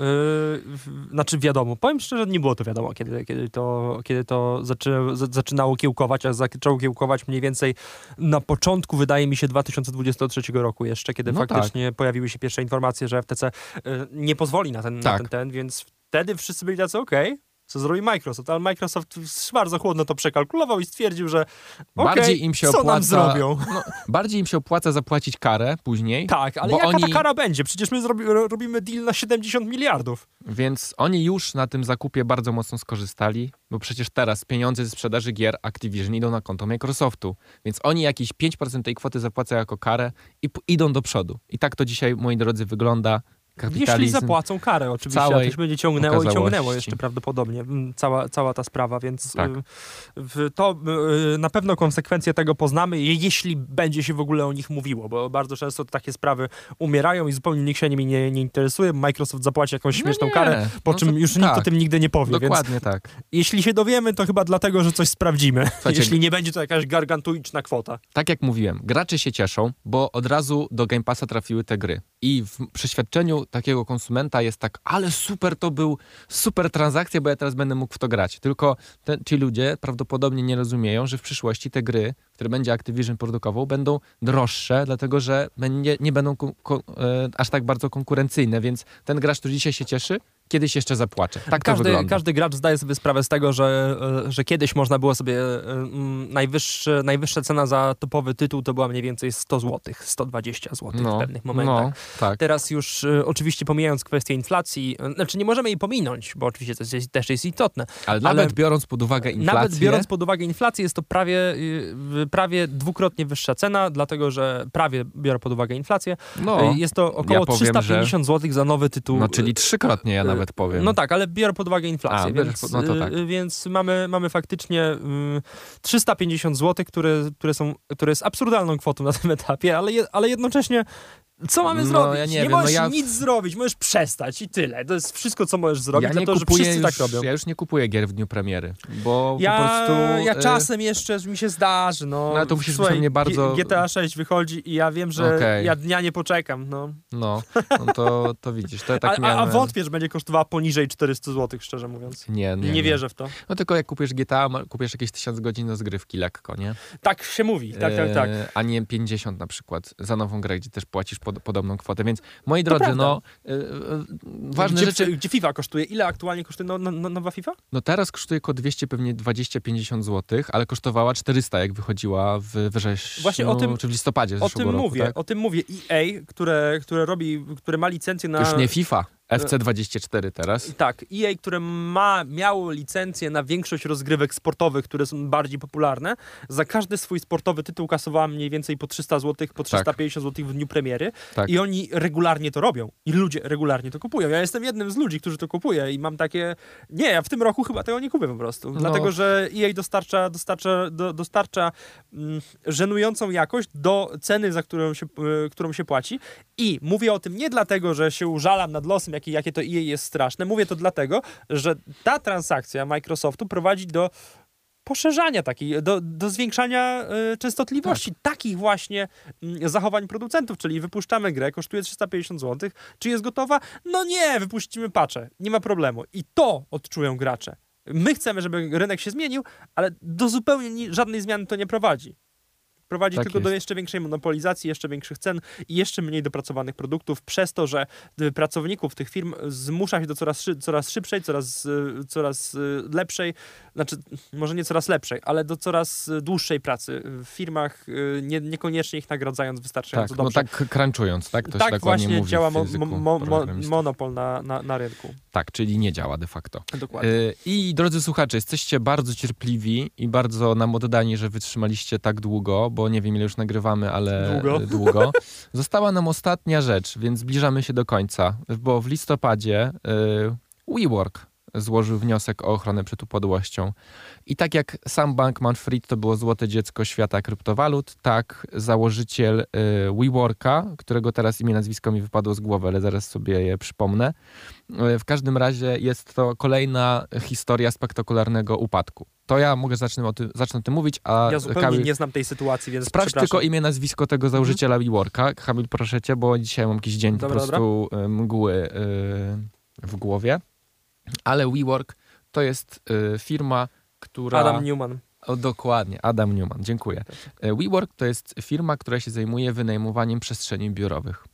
[SPEAKER 1] powiem szczerze, nie było to wiadomo, kiedy to zaczynało kiełkować, a zaczęło kiełkować mniej więcej na początku, wydaje mi się, 2023 roku jeszcze, kiedy faktycznie pojawiły się pierwsze informacje, że FTC nie pozwoli na ten, więc wtedy wszyscy byli tacy co zrobi Microsoft, ale Microsoft bardzo chłodno to przekalkulował i stwierdził, że nam zrobią?
[SPEAKER 2] Bardziej im się opłaca zapłacić karę później.
[SPEAKER 1] Tak, ale jaka ta kara będzie? Przecież my robimy deal na 70 miliardów.
[SPEAKER 2] Więc oni już na tym zakupie bardzo mocno skorzystali, bo przecież teraz pieniądze ze sprzedaży gier Activision idą na konto Microsoftu. Więc oni jakieś 5% tej kwoty zapłacają jako karę i idą do przodu. I tak to dzisiaj, moi drodzy, wygląda. kapitalizm.
[SPEAKER 1] Jeśli zapłacą karę oczywiście, a to się będzie ciągnęło i ciągnęło jeszcze prawdopodobnie cała ta sprawa, więc
[SPEAKER 2] tak.
[SPEAKER 1] To na pewno konsekwencje tego poznamy, jeśli będzie się w ogóle o nich mówiło, bo bardzo często takie sprawy umierają i zupełnie nikt się nimi nie interesuje. Microsoft zapłaci jakąś śmieszną karę, po czym już nikt o tym nigdy nie powie.
[SPEAKER 2] Dokładnie
[SPEAKER 1] więc
[SPEAKER 2] tak.
[SPEAKER 1] Jeśli się dowiemy, to chyba dlatego, że coś sprawdzimy. Słuchajcie, jeśli nie będzie to jakaś gargantuiczna kwota.
[SPEAKER 2] Tak jak mówiłem, gracze się cieszą, bo od razu do Game Passa trafiły te gry. I w przeświadczeniu takiego konsumenta jest tak, ale super, to był super transakcja, bo ja teraz będę mógł w to grać. Tylko ci ludzie prawdopodobnie nie rozumieją, że w przyszłości te gry, które będzie Activision produkował, będą droższe, dlatego że nie będą aż tak bardzo konkurencyjne, więc ten gracz, który dzisiaj się cieszy, kiedyś jeszcze zapłacze. Tak to wygląda.
[SPEAKER 1] Każdy gracz zdaje sobie sprawę z tego, że kiedyś można było sobie najwyższa cena za topowy tytuł to była mniej więcej 100 zł, 120 zł w pewnych momentach.
[SPEAKER 2] Tak.
[SPEAKER 1] Teraz już oczywiście pomijając kwestię inflacji, znaczy nie możemy jej pominąć, bo oczywiście to też jest istotne.
[SPEAKER 2] Ale nawet biorąc pod uwagę inflację...
[SPEAKER 1] Nawet biorąc pod uwagę inflację jest to prawie dwukrotnie wyższa cena, dlatego że prawie biorę pod uwagę inflację. Jest to około 350 zł za nowy tytuł.
[SPEAKER 2] No czyli trzykrotnie ja nawet powiem.
[SPEAKER 1] No tak, ale biorę pod uwagę inflację, więc mamy faktycznie 350 zł, które jest absurdalną kwotą na tym etapie, ale jednocześnie co mamy zrobić?
[SPEAKER 2] Ja
[SPEAKER 1] nie możesz nic zrobić, możesz przestać i tyle. To jest wszystko, co możesz zrobić, dlatego że wszyscy tak robią.
[SPEAKER 2] Ja już nie kupuję gier w dniu premiery, bo po prostu...
[SPEAKER 1] Ja czasem jeszcze mi się zdarzy,
[SPEAKER 2] No to musisz mnie bardzo...
[SPEAKER 1] GTA 6 wychodzi i ja wiem, że ja dnia nie poczekam,
[SPEAKER 2] No to widzisz. To tak
[SPEAKER 1] a wątpię, że będzie kosztowała poniżej 400 zł, szczerze mówiąc. Nie wierzę w to.
[SPEAKER 2] No tylko jak kupujesz GTA, kupujesz jakieś 1000 godzin rozgrywki lekko, nie?
[SPEAKER 1] Tak się mówi, tak.
[SPEAKER 2] A nie 50 na przykład za nową grę, gdzie też płacisz podobną kwotę, więc moi drodzy, ważne rzeczy...
[SPEAKER 1] Gdzie FIFA kosztuje? Ile aktualnie kosztuje nowa FIFA?
[SPEAKER 2] No teraz kosztuje około 200, pewnie 20-50 zł, ale kosztowała 400, jak wychodziła w wrześniu,
[SPEAKER 1] właśnie
[SPEAKER 2] czy w listopadzie zeszłego roku.
[SPEAKER 1] O tym mówię. EA, które ma licencję na...
[SPEAKER 2] Już nie FIFA. FC24 teraz.
[SPEAKER 1] Tak, EA, które miało licencję na większość rozgrywek sportowych, które są bardziej popularne, za każdy swój sportowy tytuł kasowała mniej więcej po 300 zł, po 350 zł w dniu premiery i oni regularnie to robią. I ludzie regularnie to kupują. Ja jestem jednym z ludzi, którzy to kupuje i mam takie... Nie, ja w tym roku chyba tego nie kupię po prostu. Dlatego, że EA dostarcza żenującą jakość do ceny, za którą się płaci. I mówię o tym nie dlatego, że się użalam nad losem, jakie to EA jest straszne. Mówię to dlatego, że ta transakcja Microsoftu prowadzi do poszerzania do zwiększania częstotliwości takich właśnie zachowań producentów, czyli wypuszczamy grę, kosztuje 350 zł. Czy jest gotowa? No nie, wypuścimy patche. Nie ma problemu. I to odczują gracze. My chcemy, żeby rynek się zmienił, ale do zupełnie żadnej zmiany to nie prowadzi. Prowadzi tylko do jeszcze większej monopolizacji, jeszcze większych cen i jeszcze mniej dopracowanych produktów, przez to, że pracowników tych firm zmusza się do coraz szybszej, coraz lepszej, znaczy może nie coraz lepszej, ale do coraz dłuższej pracy w firmach, niekoniecznie ich nagradzając wystarczająco dobrze.
[SPEAKER 2] No tak crunchując, tak? To
[SPEAKER 1] tak
[SPEAKER 2] się tak
[SPEAKER 1] właśnie
[SPEAKER 2] mówi
[SPEAKER 1] działa monopol na rynku.
[SPEAKER 2] Tak, czyli nie działa de facto.
[SPEAKER 1] Dokładnie.
[SPEAKER 2] I drodzy słuchacze, jesteście bardzo cierpliwi i bardzo nam oddani, że wytrzymaliście tak długo, bo nie wiem ile już nagrywamy, ale długo. Została nam ostatnia rzecz, więc zbliżamy się do końca, bo w listopadzie WeWork złożył wniosek o ochronę przed upadłością. I tak jak sam Bankman-Fried to było złote dziecko świata kryptowalut, tak założyciel WeWorka, którego teraz imię, nazwisko mi wypadło z głowy, ale zaraz sobie je przypomnę. W każdym razie jest to kolejna historia spektakularnego upadku. To ja mogę zacznę o tym mówić, a
[SPEAKER 1] ja zupełnie
[SPEAKER 2] Kamil,
[SPEAKER 1] nie znam tej sytuacji, więc
[SPEAKER 2] sprawdź tylko imię, nazwisko tego założyciela WeWorka. Kamil, proszę cię, bo dzisiaj mam jakiś dzień po prostu mgły w głowie. Ale WeWork to jest firma, która...
[SPEAKER 1] Adam Newman.
[SPEAKER 2] Dokładnie, Adam Newman, dziękuję. WeWork to jest firma, która się zajmuje wynajmowaniem przestrzeni biurowych.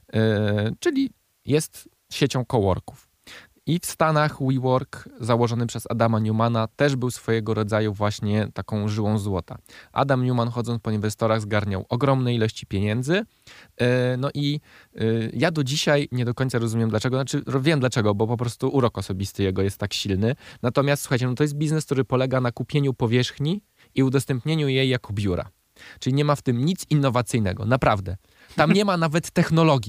[SPEAKER 2] Czyli jest siecią coworków. I w Stanach WeWork, założony przez Adama Newmana, też był swojego rodzaju właśnie taką żyłą złota. Adam Newman, chodząc po inwestorach, zgarniał ogromne ilości pieniędzy. No i ja do dzisiaj nie do końca rozumiem dlaczego. Znaczy wiem dlaczego, bo po prostu urok osobisty jego jest tak silny. Natomiast słuchajcie, no to jest biznes, który polega na kupieniu powierzchni i udostępnieniu jej jako biura. Czyli nie ma w tym nic innowacyjnego, naprawdę. Tam nie ma nawet technologii.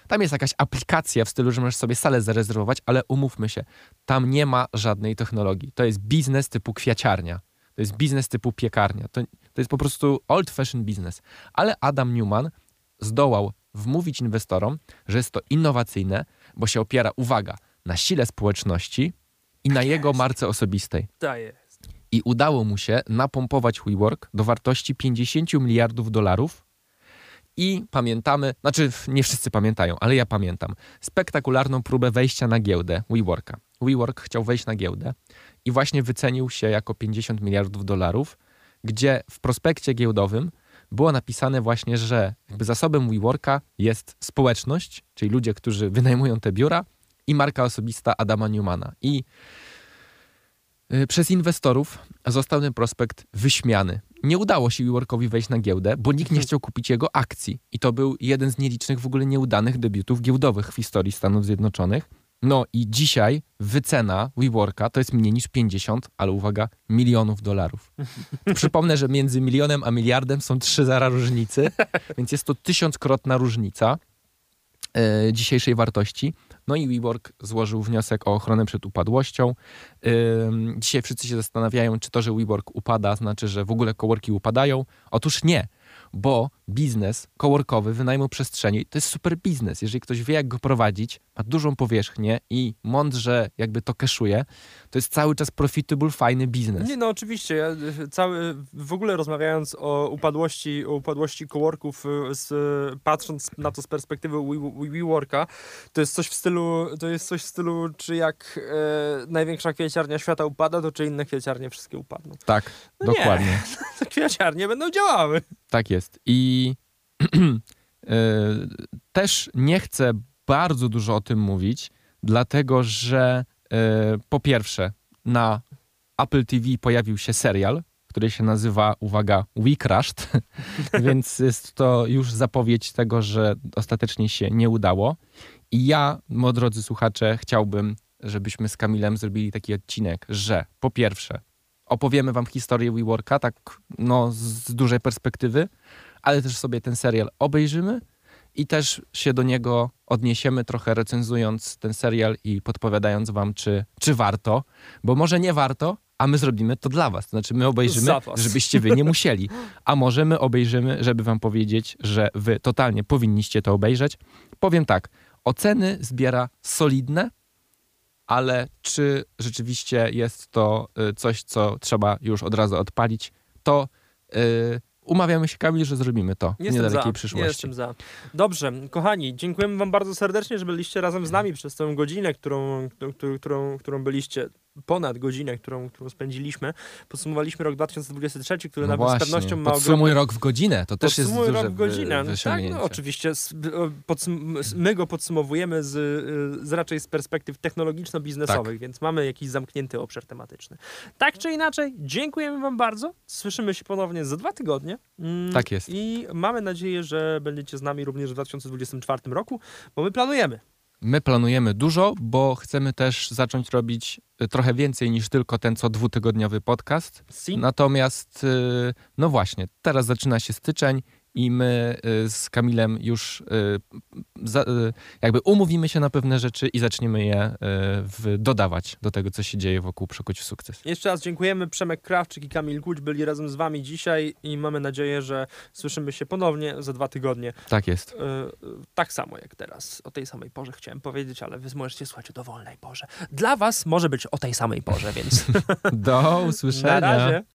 [SPEAKER 2] Tam jest jakaś aplikacja w stylu, że możesz sobie salę zarezerwować, ale umówmy się, tam nie ma żadnej technologii. To jest biznes typu kwiaciarnia. To jest biznes typu piekarnia. To jest po prostu old-fashioned biznes. Ale Adam Neumann zdołał wmówić inwestorom, że jest to innowacyjne, bo się opiera, uwaga, na sile społeczności i na jego marce osobistej.
[SPEAKER 1] To jest.
[SPEAKER 2] I udało mu się napompować WeWork do wartości $50 miliardów. I pamiętamy, znaczy nie wszyscy pamiętają, ale ja pamiętam, spektakularną próbę wejścia na giełdę WeWorka. WeWork chciał wejść na giełdę i właśnie wycenił się jako $50 miliardów, gdzie w prospekcie giełdowym było napisane właśnie, że jakby zasobem WeWorka jest społeczność, czyli ludzie, którzy wynajmują te biura i marka osobista Adama Neumana. I przez inwestorów został ten prospekt wyśmiany. Nie udało się WeWorkowi wejść na giełdę, bo nikt nie chciał kupić jego akcji. I to był jeden z nielicznych w ogóle nieudanych debiutów giełdowych w historii Stanów Zjednoczonych. No i dzisiaj wycena WeWorka to jest mniej niż 50, ale uwaga, milionów dolarów. Przypomnę, że między milionem a miliardem są 3 zera różnicy, więc jest to 1000-krotna różnica dzisiejszej wartości. No i WeWork złożył wniosek o ochronę przed upadłością. Dzisiaj wszyscy się zastanawiają, czy to, że WeWork upada, znaczy, że w ogóle coworki upadają. Otóż nie, bo biznes coworkowy, wynajmu przestrzeni, to jest super biznes. Jeżeli ktoś wie, jak go prowadzić, ma dużą powierzchnię i mądrze jakby to cashuje, to jest cały czas profitable, fajny biznes.
[SPEAKER 1] Nie, no oczywiście. Ja w ogóle rozmawiając o upadłości coworków, patrząc na to z perspektywy WeWorka, to jest coś w stylu, czy jak największa kwieciarnia świata upada, to czy inne kwieciarnie wszystkie upadną.
[SPEAKER 2] Tak, no dokładnie.
[SPEAKER 1] Nie, te kwieciarnie będą działały.
[SPEAKER 2] Tak jest. I też nie chcę bardzo dużo o tym mówić, dlatego że po pierwsze na Apple TV pojawił się serial, który się nazywa, uwaga, We Crashed, więc jest to już zapowiedź tego, że ostatecznie się nie udało. I ja, moi drodzy słuchacze, chciałbym, żebyśmy z Kamilem zrobili taki odcinek, że po pierwsze opowiemy wam historię WeWorka, tak no z dużej perspektywy, ale też sobie ten serial obejrzymy i też się do niego odniesiemy, trochę recenzując ten serial i podpowiadając wam, czy warto, bo może nie warto, a my zrobimy to dla was. Znaczy my obejrzymy, żebyście wy nie musieli, a może my obejrzymy, żeby wam powiedzieć, że wy totalnie powinniście to obejrzeć. Powiem tak, oceny zbiera solidne, ale czy rzeczywiście jest to coś, co trzeba już od razu odpalić, to umawiamy się, Kamil, że zrobimy to w niedalekiej przyszłości.
[SPEAKER 1] Jestem za. Dobrze, kochani, dziękujemy wam bardzo serdecznie, że byliście razem z nami przez tę godzinę, którą byliście, ponad godzinę, którą spędziliśmy. Podsumowaliśmy rok 2023, który
[SPEAKER 2] no
[SPEAKER 1] z pewnością ma
[SPEAKER 2] podsumuj rok w godzinę, to też jest duże
[SPEAKER 1] rok w godzinę. Tak, no, oczywiście my go podsumowujemy raczej z perspektyw technologiczno-biznesowych, tak. Więc mamy jakiś zamknięty obszar tematyczny. Tak czy inaczej, dziękujemy wam bardzo. Słyszymy się ponownie za 2 tygodnie.
[SPEAKER 2] Tak jest.
[SPEAKER 1] I mamy nadzieję, że będziecie z nami również w 2024 roku, bo my planujemy.
[SPEAKER 2] My planujemy dużo, bo chcemy też zacząć robić trochę więcej niż tylko ten co 2-tygodniowy podcast. Natomiast, no właśnie, teraz zaczyna się styczeń i my z Kamilem już jakby umówimy się na pewne rzeczy i zaczniemy je dodawać do tego, co się dzieje wokół Przekuć w sukces.
[SPEAKER 1] Jeszcze raz dziękujemy. Przemek Krawczyk i Kamil Guć byli razem z wami dzisiaj i mamy nadzieję, że słyszymy się ponownie za 2 tygodnie.
[SPEAKER 2] Tak jest.
[SPEAKER 1] Tak samo jak teraz. O tej samej porze chciałem powiedzieć, ale wy możecie słuchać o dowolnej porze. Dla was może być o tej samej porze, więc...
[SPEAKER 2] Do usłyszenia.
[SPEAKER 1] Na razie.